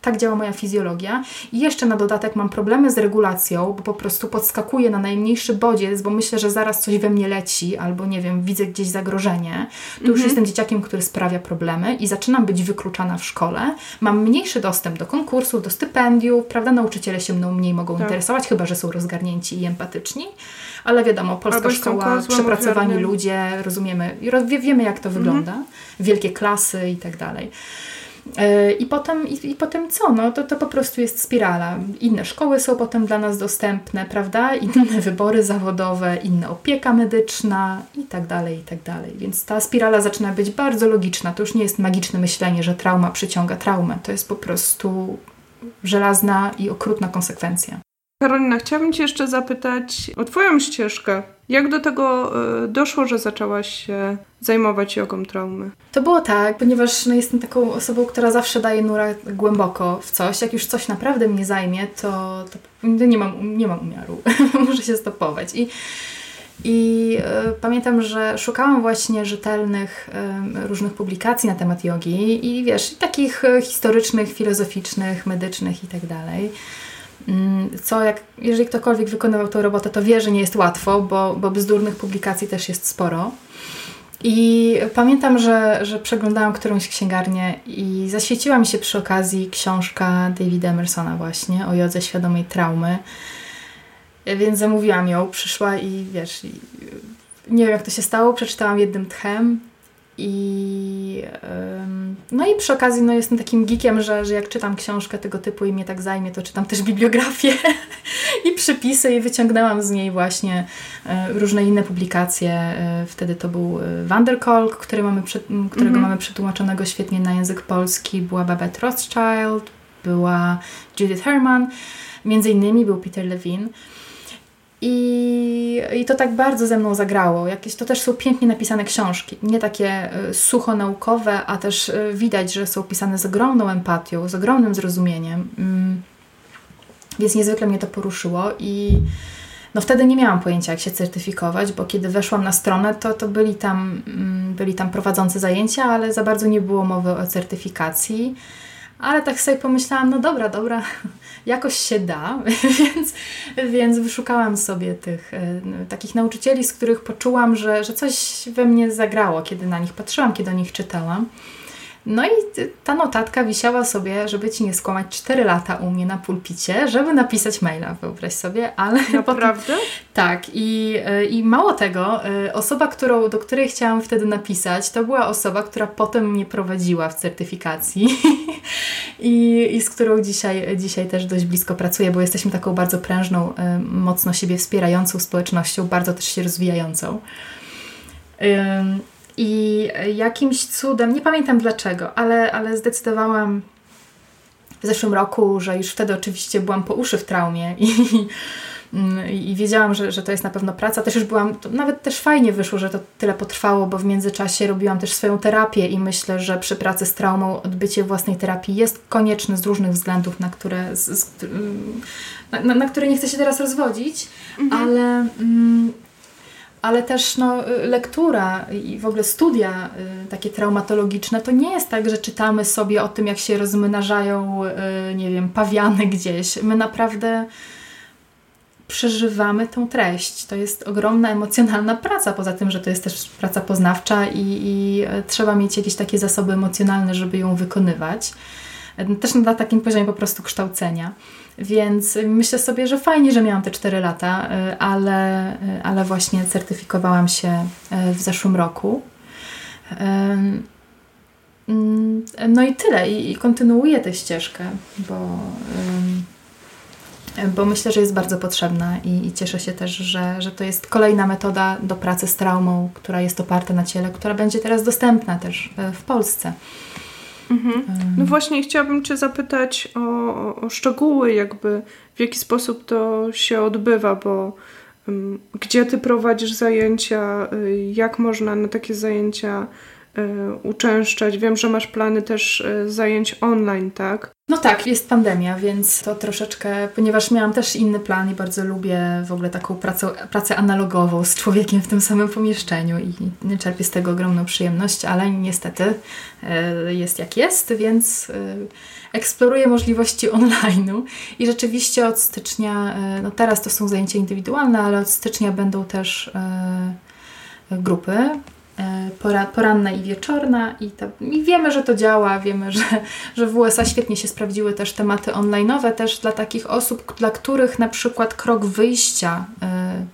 tak działa moja fizjologia. I jeszcze na dodatek mam problemy z regulacją, bo po prostu podskakuję na najmniejszy bodziec, bo myślę, że zaraz coś we mnie leci, albo nie wiem, widzę gdzieś zagrożenie. To już Mhm. jestem dzieciakiem, który sprawia problemy i zaczynam być wykluczana w szkole. Mam mniejszy dostęp do konkursów, do stypendiów, prawda? Nauczyciele się mną mniej mogą Tak. interesować, chyba że są rozgarnięci i empatyczni. Ale wiadomo, polska Albo są szkoła, kozłem przepracowani ofiarnym. ludzie, rozumiemy, i roz- wie- wiemy jak to wygląda. Wielkie klasy i tak dalej. Yy, I potem, i, i potem co? No to, to po prostu jest spirala. Inne szkoły są potem dla nas dostępne, prawda? Inne wybory zawodowe, inna opieka medyczna i tak dalej, i tak dalej. Więc ta spirala zaczyna być bardzo logiczna. To już nie jest magiczne myślenie, że trauma przyciąga traumę. To jest po prostu żelazna i okrutna konsekwencja. Karolina, chciałabym Cię jeszcze zapytać o Twoją ścieżkę. Jak do tego y, doszło, że zaczęłaś się zajmować jogą traumy? To było tak, ponieważ no, jestem taką osobą, która zawsze daje nura głęboko w coś. Jak już coś naprawdę mnie zajmie, to, to nie mam, nie mam umiaru. Muszę się stopować. I, i y, pamiętam, że szukałam właśnie rzetelnych y, różnych publikacji na temat jogi i wiesz, takich y, historycznych, filozoficznych, medycznych i tak dalej. Co jak, jeżeli ktokolwiek wykonywał tę robotę, to wie, że nie jest łatwo, bo, bo bzdurnych publikacji też jest sporo. I pamiętam, że, że przeglądałam którąś księgarnię i zaświeciła mi się przy okazji książka Davida Emersona właśnie o jodze świadomej traumy. Więc zamówiłam ją, przyszła i wiesz, i nie wiem jak to się stało, przeczytałam jednym tchem. I ym, no i przy okazji no jestem takim geekiem, że, że jak czytam książkę tego typu i mnie tak zajmie, to czytam też bibliografię i przypisy i wyciągnęłam z niej właśnie y, różne inne publikacje. Y, wtedy to był y, Van der Kolk, który mamy prze, którego Mhm. mamy przetłumaczonego świetnie na język polski. Była Babette Rothschild, była Judith Herman, między innymi był Peter Levine. I, I to tak bardzo ze mną zagrało. Jakieś, to też są pięknie napisane książki. Nie takie y, sucho naukowe, a też y, widać, że są pisane z ogromną empatią, z ogromnym zrozumieniem. Mm. Więc niezwykle mnie to poruszyło i no wtedy nie miałam pojęcia, jak się certyfikować, bo kiedy weszłam na stronę, to, to byli tam, mm, byli tam prowadzący zajęcia, ale za bardzo nie było mowy o certyfikacji. Ale tak sobie pomyślałam, no dobra, dobra, jakoś się da, więc, więc wyszukałam sobie tych y, takich nauczycieli, z których poczułam, że, że coś we mnie zagrało, kiedy na nich patrzyłam, kiedy o nich czytałam. No i ta notatka wisiała sobie, żeby Ci nie skłamać, cztery lata u mnie na pulpicie, żeby napisać maila, wyobraź sobie, ale Naprawdę? Potem, tak, i, i mało tego, osoba, którą, do której chciałam wtedy napisać, to była osoba, która potem mnie prowadziła w certyfikacji i, i z którą dzisiaj, dzisiaj też dość blisko pracuję, bo jesteśmy taką bardzo prężną, mocno siebie wspierającą społecznością, bardzo też się rozwijającą. I jakimś cudem, nie pamiętam dlaczego, ale, ale zdecydowałam w zeszłym roku, że już wtedy oczywiście byłam po uszy w traumie i, i, i wiedziałam, że, że to jest na pewno praca. Też już byłam, to nawet też fajnie wyszło, że to tyle potrwało, bo w międzyczasie robiłam też swoją terapię i myślę, że przy pracy z traumą odbycie własnej terapii jest konieczne z różnych względów, na które, z, z, na, na, na które nie chcę się teraz rozwodzić, mhm. ale... Mm, ale też no, lektura i w ogóle studia y, takie traumatologiczne, to nie jest tak, że czytamy sobie o tym, jak się rozmnażają, y, nie wiem, pawiany gdzieś. My naprawdę przeżywamy tą treść. To jest ogromna emocjonalna praca, poza tym, że to jest też praca poznawcza i, i y, trzeba mieć jakieś takie zasoby emocjonalne, żeby ją wykonywać. Y, też na takim poziomie po prostu kształcenia. Więc myślę sobie, że fajnie, że miałam te cztery lata, ale, ale właśnie certyfikowałam się w zeszłym roku. No i tyle. I kontynuuję tę ścieżkę, bo, bo myślę, że jest bardzo potrzebna i, i cieszę się też, że, że to jest kolejna metoda do pracy z traumą, która jest oparta na ciele, która będzie teraz dostępna też w Polsce. Mhm. No właśnie chciałabym Cię zapytać o, o, o szczegóły, jakby w jaki sposób to się odbywa, bo um, gdzie Ty prowadzisz zajęcia, y, jak można na takie zajęcia uczęszczać. Wiem, że masz plany też zajęć online, tak? No tak, jest pandemia, więc to troszeczkę, ponieważ miałam też inny plan i bardzo lubię w ogóle taką pracę, pracę analogową z człowiekiem w tym samym pomieszczeniu i czerpię z tego ogromną przyjemność, ale niestety jest jak jest, więc eksploruję możliwości online'u i rzeczywiście od stycznia, no teraz to są zajęcia indywidualne, ale od stycznia będą też grupy. Pora, poranna i wieczorna i, to, i wiemy, że to działa, wiemy, że, że w U S A świetnie się sprawdziły też tematy online'owe, też dla takich osób, dla których na przykład krok wyjścia yy,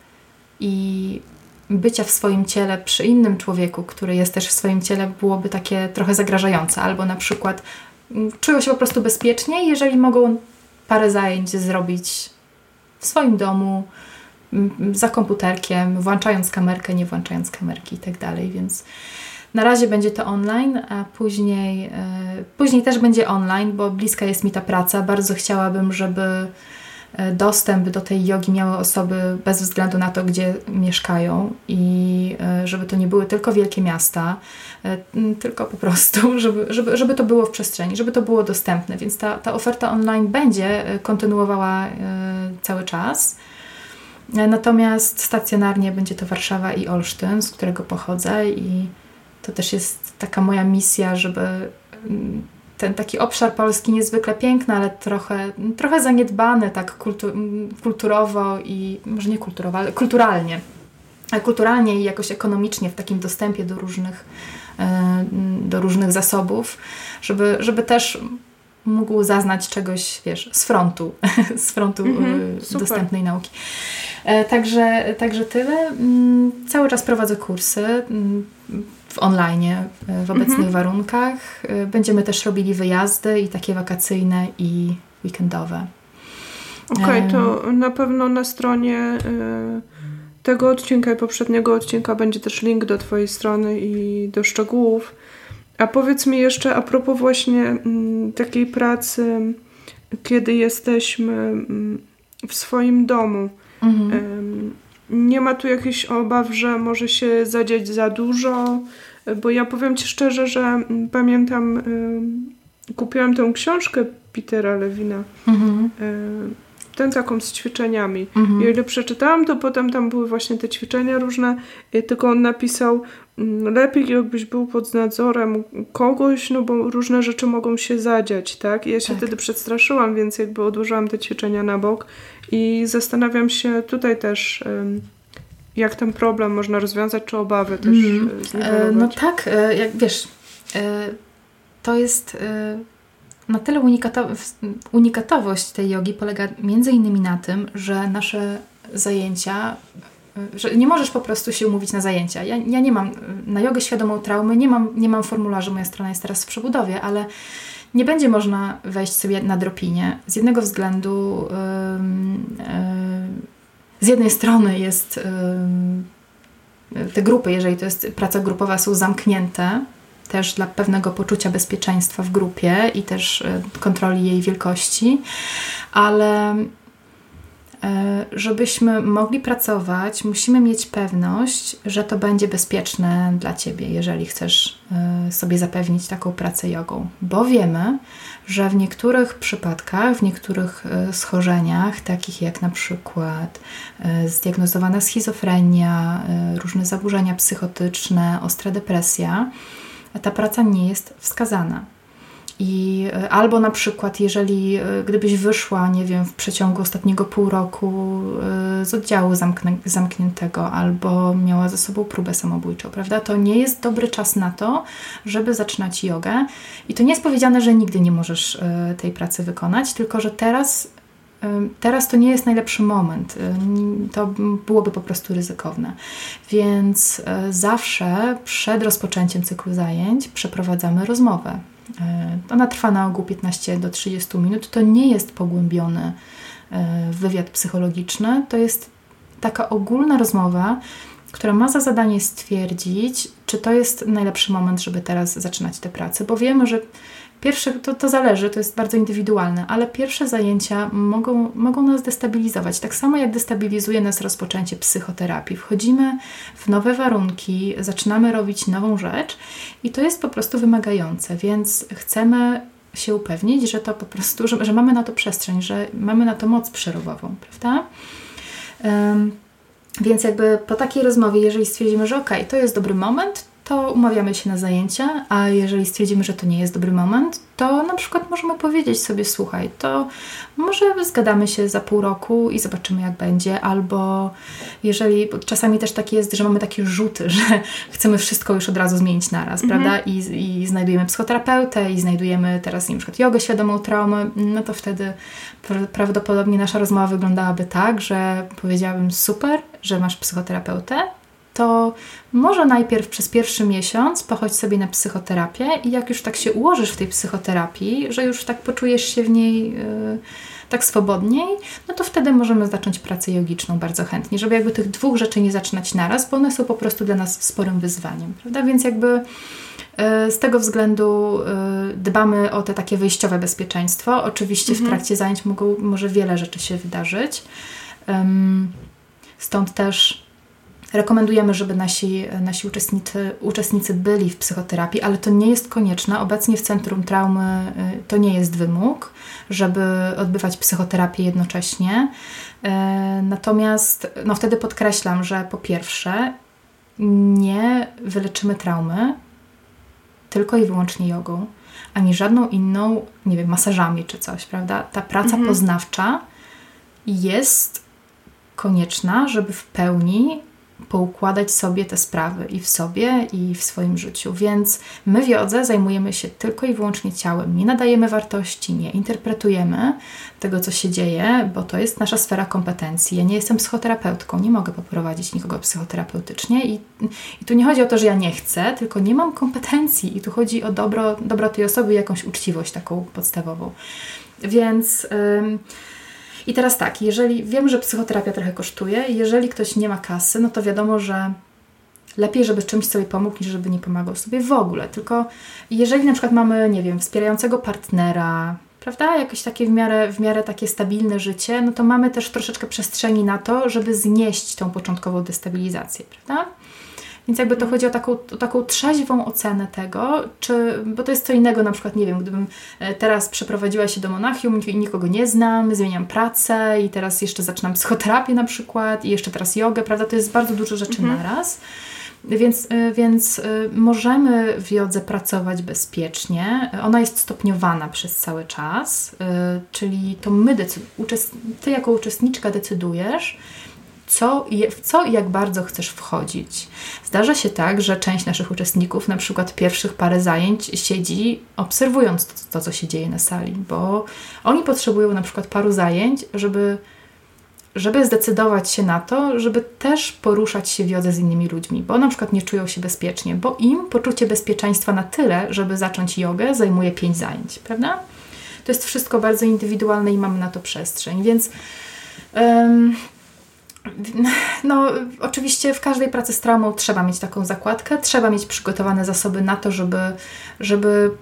i bycia w swoim ciele przy innym człowieku, który jest też w swoim ciele, byłoby takie trochę zagrażające, albo na przykład yy, czują się po prostu bezpiecznie, jeżeli mogą parę zajęć zrobić w swoim domu, za komputerkiem, włączając kamerkę, nie włączając kamerki i tak dalej, więc na razie będzie to online, a później, yy, później też będzie online, bo bliska jest mi ta praca. Bardzo chciałabym, żeby dostęp do tej jogi miały osoby bez względu na to, gdzie mieszkają i yy, żeby to nie były tylko wielkie miasta, yy, tylko po prostu, żeby, żeby, żeby to było w przestrzeni, żeby to było dostępne, więc ta, ta oferta online będzie kontynuowała yy, cały czas. Natomiast stacjonarnie będzie to Warszawa i Olsztyn, z którego pochodzę i to też jest taka moja misja, żeby ten taki obszar polski niezwykle piękny, ale trochę, trochę zaniedbany tak kultu, kulturowo i może nie kulturowo, ale kulturalnie. Kulturalnie i jakoś ekonomicznie w takim dostępie do różnych, do różnych zasobów, żeby, żeby też mógł zaznać czegoś, wiesz, z frontu, z frontu mm-hmm, dostępnej nauki. E, także, także tyle. Mm, cały czas prowadzę kursy mm, w online w obecnych mm-hmm. warunkach. E, będziemy też robili wyjazdy i takie wakacyjne i weekendowe. Okej, okay, e, to na pewno na stronie y, tego odcinka i poprzedniego odcinka będzie też link do Twojej strony i do szczegółów. A powiedz mi jeszcze a propos właśnie m, takiej pracy, kiedy jesteśmy m, w swoim domu. Mhm. Ym, nie ma tu jakichś obaw, że może się zadziać za dużo, bo ja powiem Ci szczerze, że m, pamiętam, y, kupiłam tę książkę Petera Levina, mhm. y, tę taką z ćwiczeniami. Mhm. I o ile przeczytałam, to potem tam były właśnie te ćwiczenia różne, y, tylko on napisał, lepiej jakbyś był pod nadzorem kogoś, no bo różne rzeczy mogą się zadziać, tak? I ja się tak. wtedy przestraszyłam, więc jakby odłożyłam te ćwiczenia na bok i zastanawiam się tutaj też, jak ten problem można rozwiązać, czy obawy też mm. zniwelować. No tak, jak wiesz, to jest na tyle unikatow- unikatowość tej jogi polega między innymi na tym, że nasze zajęcia, że nie możesz po prostu się umówić na zajęcia. Ja, ja nie mam, na jogę świadomą traumy nie mam, nie mam formularzy, moja strona jest teraz w przebudowie, ale nie będzie można wejść sobie na dropinie. Z jednego względu yy, yy, z jednej strony jest yy, te grupy, jeżeli to jest praca grupowa, są zamknięte też dla pewnego poczucia bezpieczeństwa w grupie i też yy, kontroli jej wielkości, ale żebyśmy mogli pracować, musimy mieć pewność, że to będzie bezpieczne dla Ciebie, jeżeli chcesz sobie zapewnić taką pracę jogą. Bo wiemy, że w niektórych przypadkach, w niektórych schorzeniach, takich jak na przykład zdiagnozowana schizofrenia, różne zaburzenia psychotyczne, ostra depresja, ta praca nie jest wskazana. I albo na przykład, jeżeli gdybyś wyszła, nie wiem, w przeciągu ostatniego pół roku z oddziału zamknę, zamkniętego albo miała ze sobą próbę samobójczą, prawda? To nie jest dobry czas na to, żeby zaczynać jogę. I to nie jest powiedziane, że nigdy nie możesz tej pracy wykonać, tylko że teraz, teraz to nie jest najlepszy moment. To byłoby po prostu ryzykowne. Więc zawsze przed rozpoczęciem cyklu zajęć przeprowadzamy rozmowę. Ona trwa na ogół piętnaście do trzydziestu minut. To nie jest pogłębiony wywiad psychologiczny. To jest taka ogólna rozmowa, która ma za zadanie stwierdzić, czy to jest najlepszy moment, żeby teraz zaczynać tę pracę. Bo wiemy, że Pierwsze, to, to zależy, to jest bardzo indywidualne, ale pierwsze zajęcia mogą, mogą nas destabilizować. Tak samo jak destabilizuje nas rozpoczęcie psychoterapii. Wchodzimy w nowe warunki, zaczynamy robić nową rzecz i to jest po prostu wymagające, więc chcemy się upewnić, że to po prostu, że, że mamy na to przestrzeń, że mamy na to moc przerobową, prawda? Um, więc jakby po takiej rozmowie, jeżeli stwierdzimy, że okej, to jest dobry moment, to umawiamy się na zajęcia, a jeżeli stwierdzimy, że to nie jest dobry moment, to na przykład możemy powiedzieć sobie, słuchaj, to może zgadamy się za pół roku i zobaczymy, jak będzie, albo jeżeli, bo czasami też tak jest, że mamy takie rzuty, że chcemy wszystko już od razu zmienić naraz, mhm. prawda? I, I znajdujemy psychoterapeutę i znajdujemy teraz na przykład jogę świadomą traumy, no to wtedy pra- prawdopodobnie nasza rozmowa wyglądałaby tak, że powiedziałabym, super, że masz psychoterapeutę, to może najpierw przez pierwszy miesiąc pochodź sobie na psychoterapię i jak już tak się ułożysz w tej psychoterapii, że już tak poczujesz się w niej yy, tak swobodniej, no to wtedy możemy zacząć pracę jogiczną bardzo chętnie, żeby jakby tych dwóch rzeczy nie zaczynać naraz, bo one są po prostu dla nas sporym wyzwaniem, prawda? Więc jakby yy, z tego względu yy, dbamy o te takie wyjściowe bezpieczeństwo. Oczywiście mhm. w trakcie zajęć mogą, może wiele rzeczy się wydarzyć. Yy, stąd też rekomendujemy, żeby nasi, nasi uczestnicy, uczestnicy byli w psychoterapii, ale to nie jest konieczne. Obecnie w Centrum Traumy to nie jest wymóg, żeby odbywać psychoterapię jednocześnie. Natomiast no wtedy podkreślam, że po pierwsze nie wyleczymy traumy tylko i wyłącznie jogą, ani żadną inną, nie wiem, masażami czy coś, prawda? Ta praca mhm. poznawcza jest konieczna, żeby w pełni poukładać sobie te sprawy i w sobie, i w swoim życiu. Więc my w jodze zajmujemy się tylko i wyłącznie ciałem. Nie nadajemy wartości, nie interpretujemy tego, co się dzieje, bo to jest nasza sfera kompetencji. Ja nie jestem psychoterapeutką, nie mogę poprowadzić nikogo psychoterapeutycznie i, i tu nie chodzi o to, że ja nie chcę, tylko nie mam kompetencji i tu chodzi o dobro, dobro tej osoby i jakąś uczciwość taką podstawową. Więc... Ym, I teraz tak, jeżeli wiem, że psychoterapia trochę kosztuje, jeżeli ktoś nie ma kasy, no to wiadomo, że lepiej, żeby czymś sobie pomógł, niż żeby nie pomagał sobie w ogóle. Tylko jeżeli na przykład mamy, nie wiem, wspierającego partnera, prawda, jakieś takie w miarę, w miarę takie stabilne życie, no to mamy też troszeczkę przestrzeni na to, żeby znieść tą początkową destabilizację, prawda? Więc jakby to chodzi o taką, o taką trzeźwą ocenę tego, czy, bo to jest co innego, na przykład, nie wiem, gdybym teraz przeprowadziła się do Monachium i nikogo nie znam, zmieniam pracę i teraz jeszcze zaczynam psychoterapię na przykład i jeszcze teraz jogę, prawda, to jest bardzo dużo rzeczy mhm. naraz. Więc, więc możemy w jodze pracować bezpiecznie. Ona jest stopniowana przez cały czas, czyli to my, decy- ty jako uczestniczka decydujesz, Co, w co i jak bardzo chcesz wchodzić. Zdarza się tak, że część naszych uczestników na przykład pierwszych parę zajęć siedzi obserwując to, to, co się dzieje na sali, bo oni potrzebują na przykład paru zajęć, żeby, żeby zdecydować się na to, żeby też poruszać się w jodze z innymi ludźmi, bo na przykład nie czują się bezpiecznie, bo im poczucie bezpieczeństwa na tyle, żeby zacząć jogę, zajmuje pięć zajęć, prawda? To jest wszystko bardzo indywidualne i mamy na to przestrzeń, więc um, no, oczywiście w każdej pracy z traumą trzeba mieć taką zakładkę, trzeba mieć przygotowane zasoby na to, żeby żeby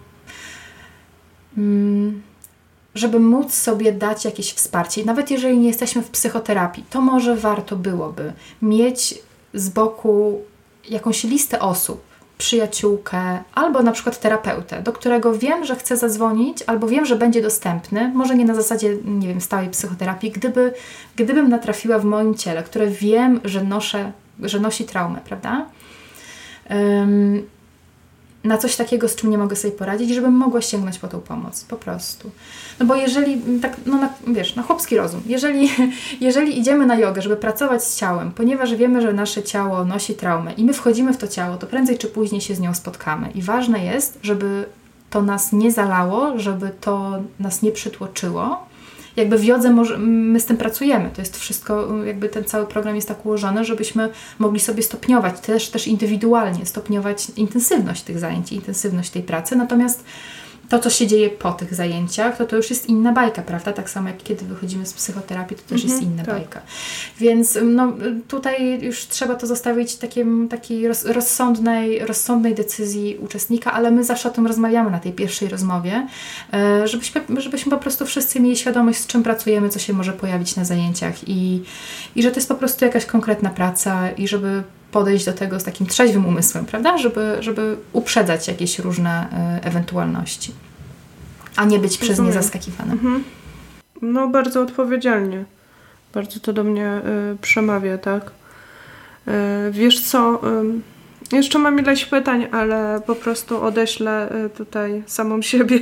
żeby móc sobie dać jakieś wsparcie. Nawet jeżeli nie jesteśmy w psychoterapii, to może warto byłoby mieć z boku jakąś listę osób, przyjaciółkę albo na przykład terapeutę, do którego wiem, że chcę zadzwonić albo wiem, że będzie dostępny, może nie na zasadzie, nie wiem, stałej psychoterapii, gdyby, gdybym natrafiła w moim ciele, które wiem, że noszę, że nosi traumę, prawda? Um, na coś takiego, z czym nie mogę sobie poradzić, żebym mogła sięgnąć po tą pomoc, po prostu. No bo jeżeli, tak, no na, wiesz, na chłopski rozum, jeżeli, jeżeli idziemy na jogę, żeby pracować z ciałem, ponieważ wiemy, że nasze ciało nosi traumę i my wchodzimy w to ciało, to prędzej czy później się z nią spotkamy. I ważne jest, żeby to nas nie zalało, żeby to nas nie przytłoczyło. Jakby w jodze może, my z tym pracujemy. To jest wszystko, jakby ten cały program jest tak ułożony, żebyśmy mogli sobie stopniować, też, też indywidualnie stopniować intensywność tych zajęć, intensywność tej pracy. Natomiast to, co się dzieje po tych zajęciach, to to już jest inna bajka, prawda? Tak samo jak kiedy wychodzimy z psychoterapii, to też mhm, jest inna tak. bajka. Więc no, tutaj już trzeba to zostawić takim, takiej roz, rozsądnej, rozsądnej decyzji uczestnika, ale my zawsze o tym rozmawiamy na tej pierwszej rozmowie, żebyśmy, żebyśmy po prostu wszyscy mieli świadomość, z czym pracujemy, co się może pojawić na zajęciach i, i że to jest po prostu jakaś konkretna praca i żeby podejść do tego z takim trzeźwym umysłem, prawda? Żeby, żeby uprzedzać jakieś różne y, ewentualności, a nie być przez nie zaskakiwanym. Mhm. No bardzo odpowiedzialnie. Bardzo to do mnie y, przemawia, tak? Y, wiesz co, y, jeszcze mam ileś pytań, ale po prostu odeślę y, tutaj samą siebie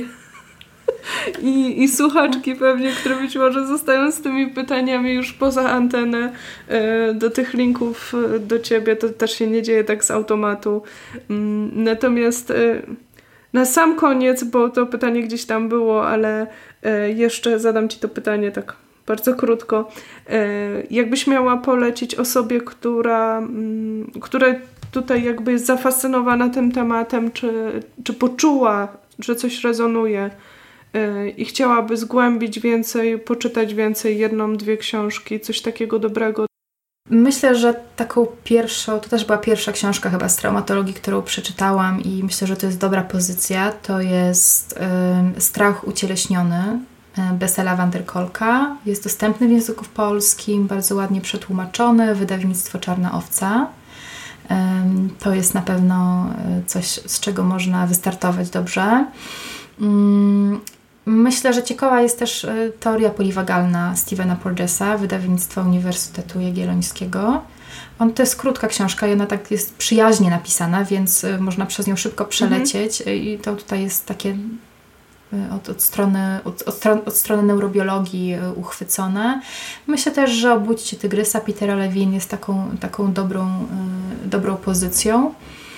I, i słuchaczki pewnie, które być może zostają z tymi pytaniami już poza antenę y, do tych linków y, do Ciebie. To też się nie dzieje tak z automatu. Y, natomiast y, na sam koniec, bo to pytanie gdzieś tam było, ale y, jeszcze zadam Ci to pytanie tak bardzo krótko. Y, jakbyś miała polecić osobie, która, y, która tutaj jakby jest zafascynowana tym tematem, czy, czy poczuła, że coś rezonuje i chciałaby zgłębić więcej, poczytać więcej, jedną, dwie książki, coś takiego dobrego? Myślę, że taką pierwszą, to też była pierwsza książka chyba z traumatologii, którą przeczytałam i myślę, że to jest dobra pozycja, to jest y, Strach ucieleśniony Bessela van der Kolka. Jest dostępny w języku polskim, bardzo ładnie przetłumaczony, wydawnictwo Czarna Owca. Y, to jest na pewno coś, z czego można wystartować dobrze. Y, Myślę, że ciekawa jest też teoria poliwagalna Stephena Porgesa, wydawnictwa Uniwersytetu Jagiellońskiego. On, to jest krótka książka i ona tak jest przyjaźnie napisana, więc można przez nią szybko przelecieć. Mhm. I to tutaj jest takie od, od, strony, od, od, stron, od strony neurobiologii uchwycone. Myślę też, że Obudźcie tygrysa Petera Levine jest taką, taką dobrą, dobrą pozycją.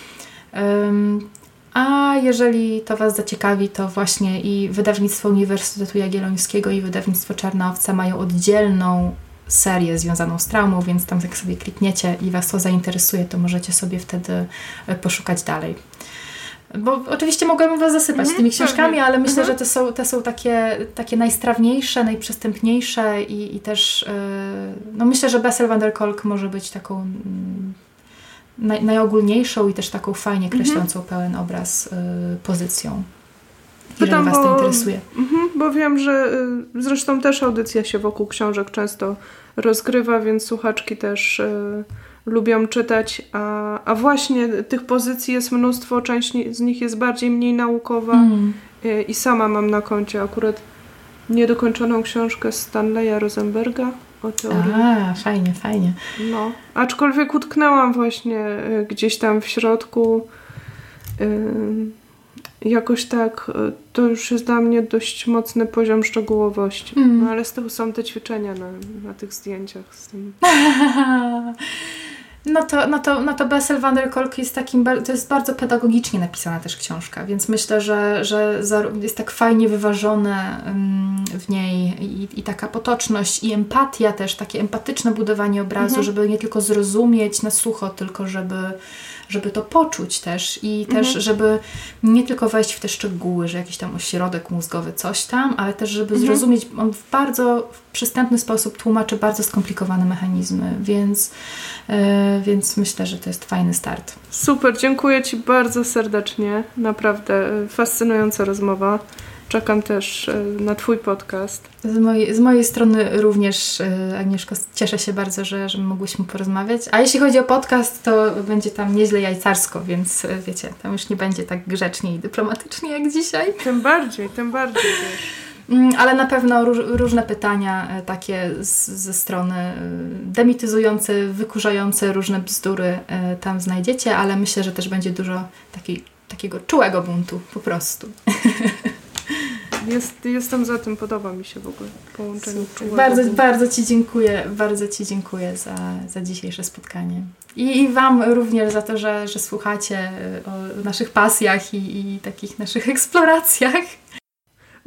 A jeżeli to Was zaciekawi, to właśnie i wydawnictwo Uniwersytetu Jagiellońskiego i wydawnictwo Czarna Owca mają oddzielną serię związaną z traumą, więc tam jak sobie klikniecie i Was to zainteresuje, to możecie sobie wtedy poszukać dalej. Bo oczywiście mogłabym Was zasypać mm-hmm, tymi książkami, pewnie. ale myślę, mm-hmm. że te są, te są takie, takie najstrawniejsze, najprzystępniejsze i, i też yy, no myślę, że Bessel van der Kolk może być taką yy, naj, najogólniejszą i też taką fajnie kreślącą mm-hmm. pełen obraz yy, pozycją. Jeżeli Pytam, Was to bo, interesuje. Mm-hmm, bo wiem, że yy, zresztą też audycja się wokół książek często rozgrywa, więc słuchaczki też yy, lubią czytać, a, a właśnie tych pozycji jest mnóstwo, część z nich jest bardziej, mniej naukowa mm. yy, i sama mam na koncie akurat niedokończoną książkę Stanleya Rosenberga o teorii. A, fajnie, fajnie. No, aczkolwiek utknęłam właśnie yy, gdzieś tam w środku. Yy, Jakoś tak, to już jest dla mnie dość mocny poziom szczegółowości. Mm. No ale z tyłu są te ćwiczenia na, na tych zdjęciach. Z tym. No to, no to, no to Bessel van der Kolk jest takim, to jest bardzo pedagogicznie napisana też książka, więc myślę, że, że jest tak fajnie wyważone w niej i, i taka potoczność i empatia też, takie empatyczne budowanie obrazu, mhm. żeby nie tylko zrozumieć na sucho, tylko żeby żeby to poczuć też i mhm. też, żeby nie tylko wejść w te szczegóły, że jakiś tam ośrodek mózgowy, coś tam, ale też, żeby mhm. zrozumieć, on w bardzo w przystępny sposób tłumaczy bardzo skomplikowane mechanizmy, więc, yy, więc myślę, że to jest fajny start. Super, dziękuję Ci bardzo serdecznie, naprawdę fascynująca rozmowa. Czekam też na Twój podcast. Z mojej, z mojej strony również, Agnieszko, cieszę się bardzo, że, że mogłyśmy porozmawiać. A jeśli chodzi o podcast, to będzie tam nieźle jajcarsko, więc wiecie, tam już nie będzie tak grzecznie i dyplomatycznie jak dzisiaj. Tym bardziej, tym bardziej, wiesz. Ale na pewno róż, różne pytania takie z, ze strony demityzujące, wykurzające różne bzdury tam znajdziecie, ale myślę, że też będzie dużo takiej, takiego czułego buntu po prostu. Jest, jestem za tym, podoba mi się w ogóle połączenie czułego. Bardzo, bardzo Ci dziękuję, bardzo Ci dziękuję za, za dzisiejsze spotkanie. I, i Wam również za to, że, że słuchacie o naszych pasjach i, i takich naszych eksploracjach.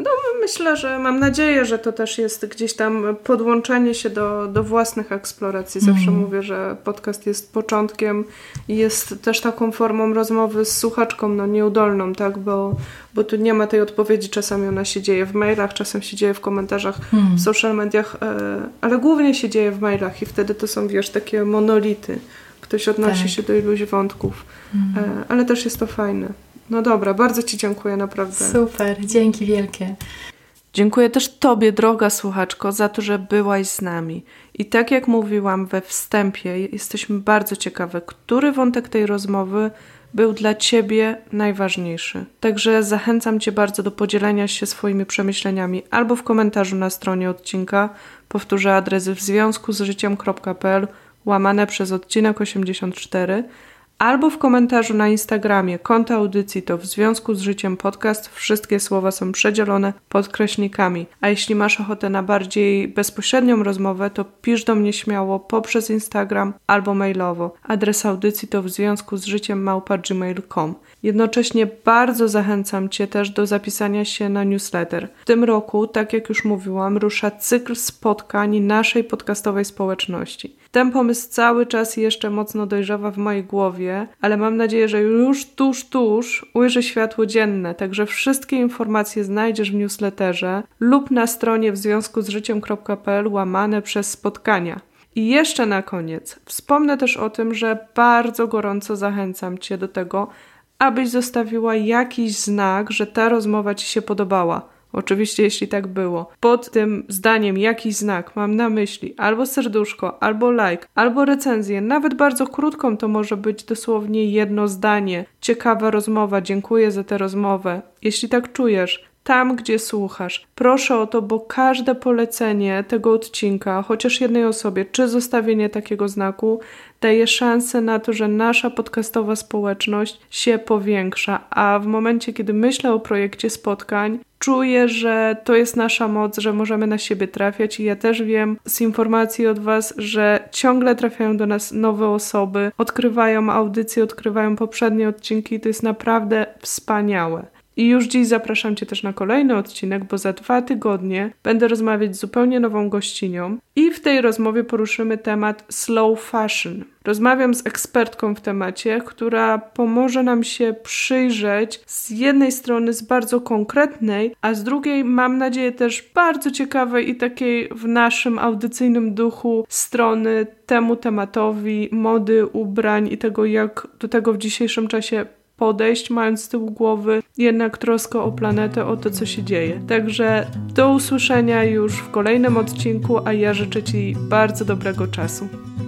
No myślę, że mam nadzieję, że to też jest gdzieś tam podłączenie się do, do własnych eksploracji. Zawsze mm. mówię, że podcast jest początkiem i jest też taką formą rozmowy z słuchaczką, no nieudolną, tak, bo, bo tu nie ma tej odpowiedzi, czasami ona się dzieje w mailach, czasem się dzieje w komentarzach mm. w social mediach, ale głównie się dzieje w mailach i wtedy to są, wiesz, takie monolity. Ktoś odnosi tak. się do iluś wątków, mm. ale też jest to fajne. No dobra, bardzo Ci dziękuję, naprawdę. Super, dzięki wielkie. Dziękuję też Tobie, droga słuchaczko, za to, że byłaś z nami. I tak jak mówiłam we wstępie, jesteśmy bardzo ciekawe, który wątek tej rozmowy był dla Ciebie najważniejszy. Także zachęcam Cię bardzo do podzielenia się swoimi przemyśleniami albo w komentarzu na stronie odcinka, powtórzę adres w związku z życiem kropka p l łamane przez odcinek osiemdziesiąt cztery, albo w komentarzu na Instagramie konta audycji to w związku z życiem podcast. Wszystkie słowa są przedzielone podkreśnikami. A jeśli masz ochotę na bardziej bezpośrednią rozmowę, to pisz do mnie śmiało poprzez Instagram albo mailowo. Adres audycji to w związku z życiem małpa gmail kropka com. Jednocześnie bardzo zachęcam Cię też do zapisania się na newsletter. W tym roku, tak jak już mówiłam, rusza cykl spotkań naszej podcastowej społeczności. Ten pomysł cały czas jeszcze mocno dojrzewa w mojej głowie, ale mam nadzieję, że już tuż, tuż ujrzy światło dzienne, także wszystkie informacje znajdziesz w newsletterze lub na stronie w związku z życiem kropka p l łamane przez spotkania. I jeszcze na koniec wspomnę też o tym, że bardzo gorąco zachęcam Cię do tego, abyś zostawiła jakiś znak, że ta rozmowa Ci się podobała. Oczywiście, jeśli tak było. Pod tym zdaniem jakiś znak mam na myśli albo serduszko, albo like, albo recenzję. Nawet bardzo krótką to może być dosłownie jedno zdanie. Ciekawa rozmowa, dziękuję za tę rozmowę. Jeśli tak czujesz, tam gdzie słuchasz, proszę o to, bo każde polecenie tego odcinka, chociaż jednej osobie, czy zostawienie takiego znaku, daje szansę na to, że nasza podcastowa społeczność się powiększa, a w momencie, kiedy myślę o projekcie spotkań, czuję, że to jest nasza moc, że możemy na siebie trafiać i ja też wiem z informacji od Was, że ciągle trafiają do nas nowe osoby, odkrywają audycje, odkrywają poprzednie odcinki i to jest naprawdę wspaniałe. I już dziś zapraszam Cię też na kolejny odcinek, bo za dwa tygodnie będę rozmawiać z zupełnie nową gościnią i w tej rozmowie poruszymy temat slow fashion. Rozmawiam z ekspertką w temacie, która pomoże nam się przyjrzeć z jednej strony z bardzo konkretnej, a z drugiej mam nadzieję też bardzo ciekawej i takiej w naszym audycyjnym duchu strony temu tematowi mody, ubrań i tego, jak do tego w dzisiejszym czasie podejść, mając z tyłu głowy jednak troskę o planetę, o to, co się dzieje. Także do usłyszenia już w kolejnym odcinku, a ja życzę Ci bardzo dobrego czasu.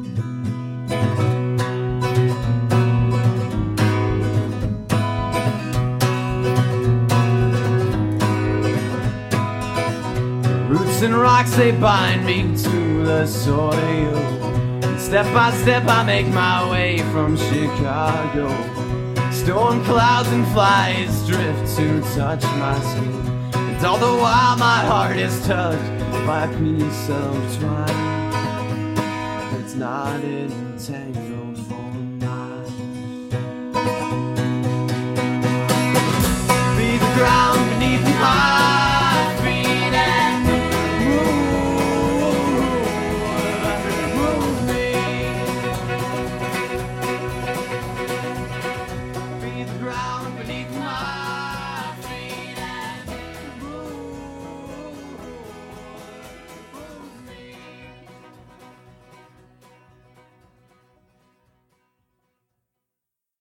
Roots and rocks, they bind me to the soil. Step by step I make my way from Chicago. Storm clouds and flies drift to touch my skin, and all the while my heart is touched by a piece of twine. It's not entangled.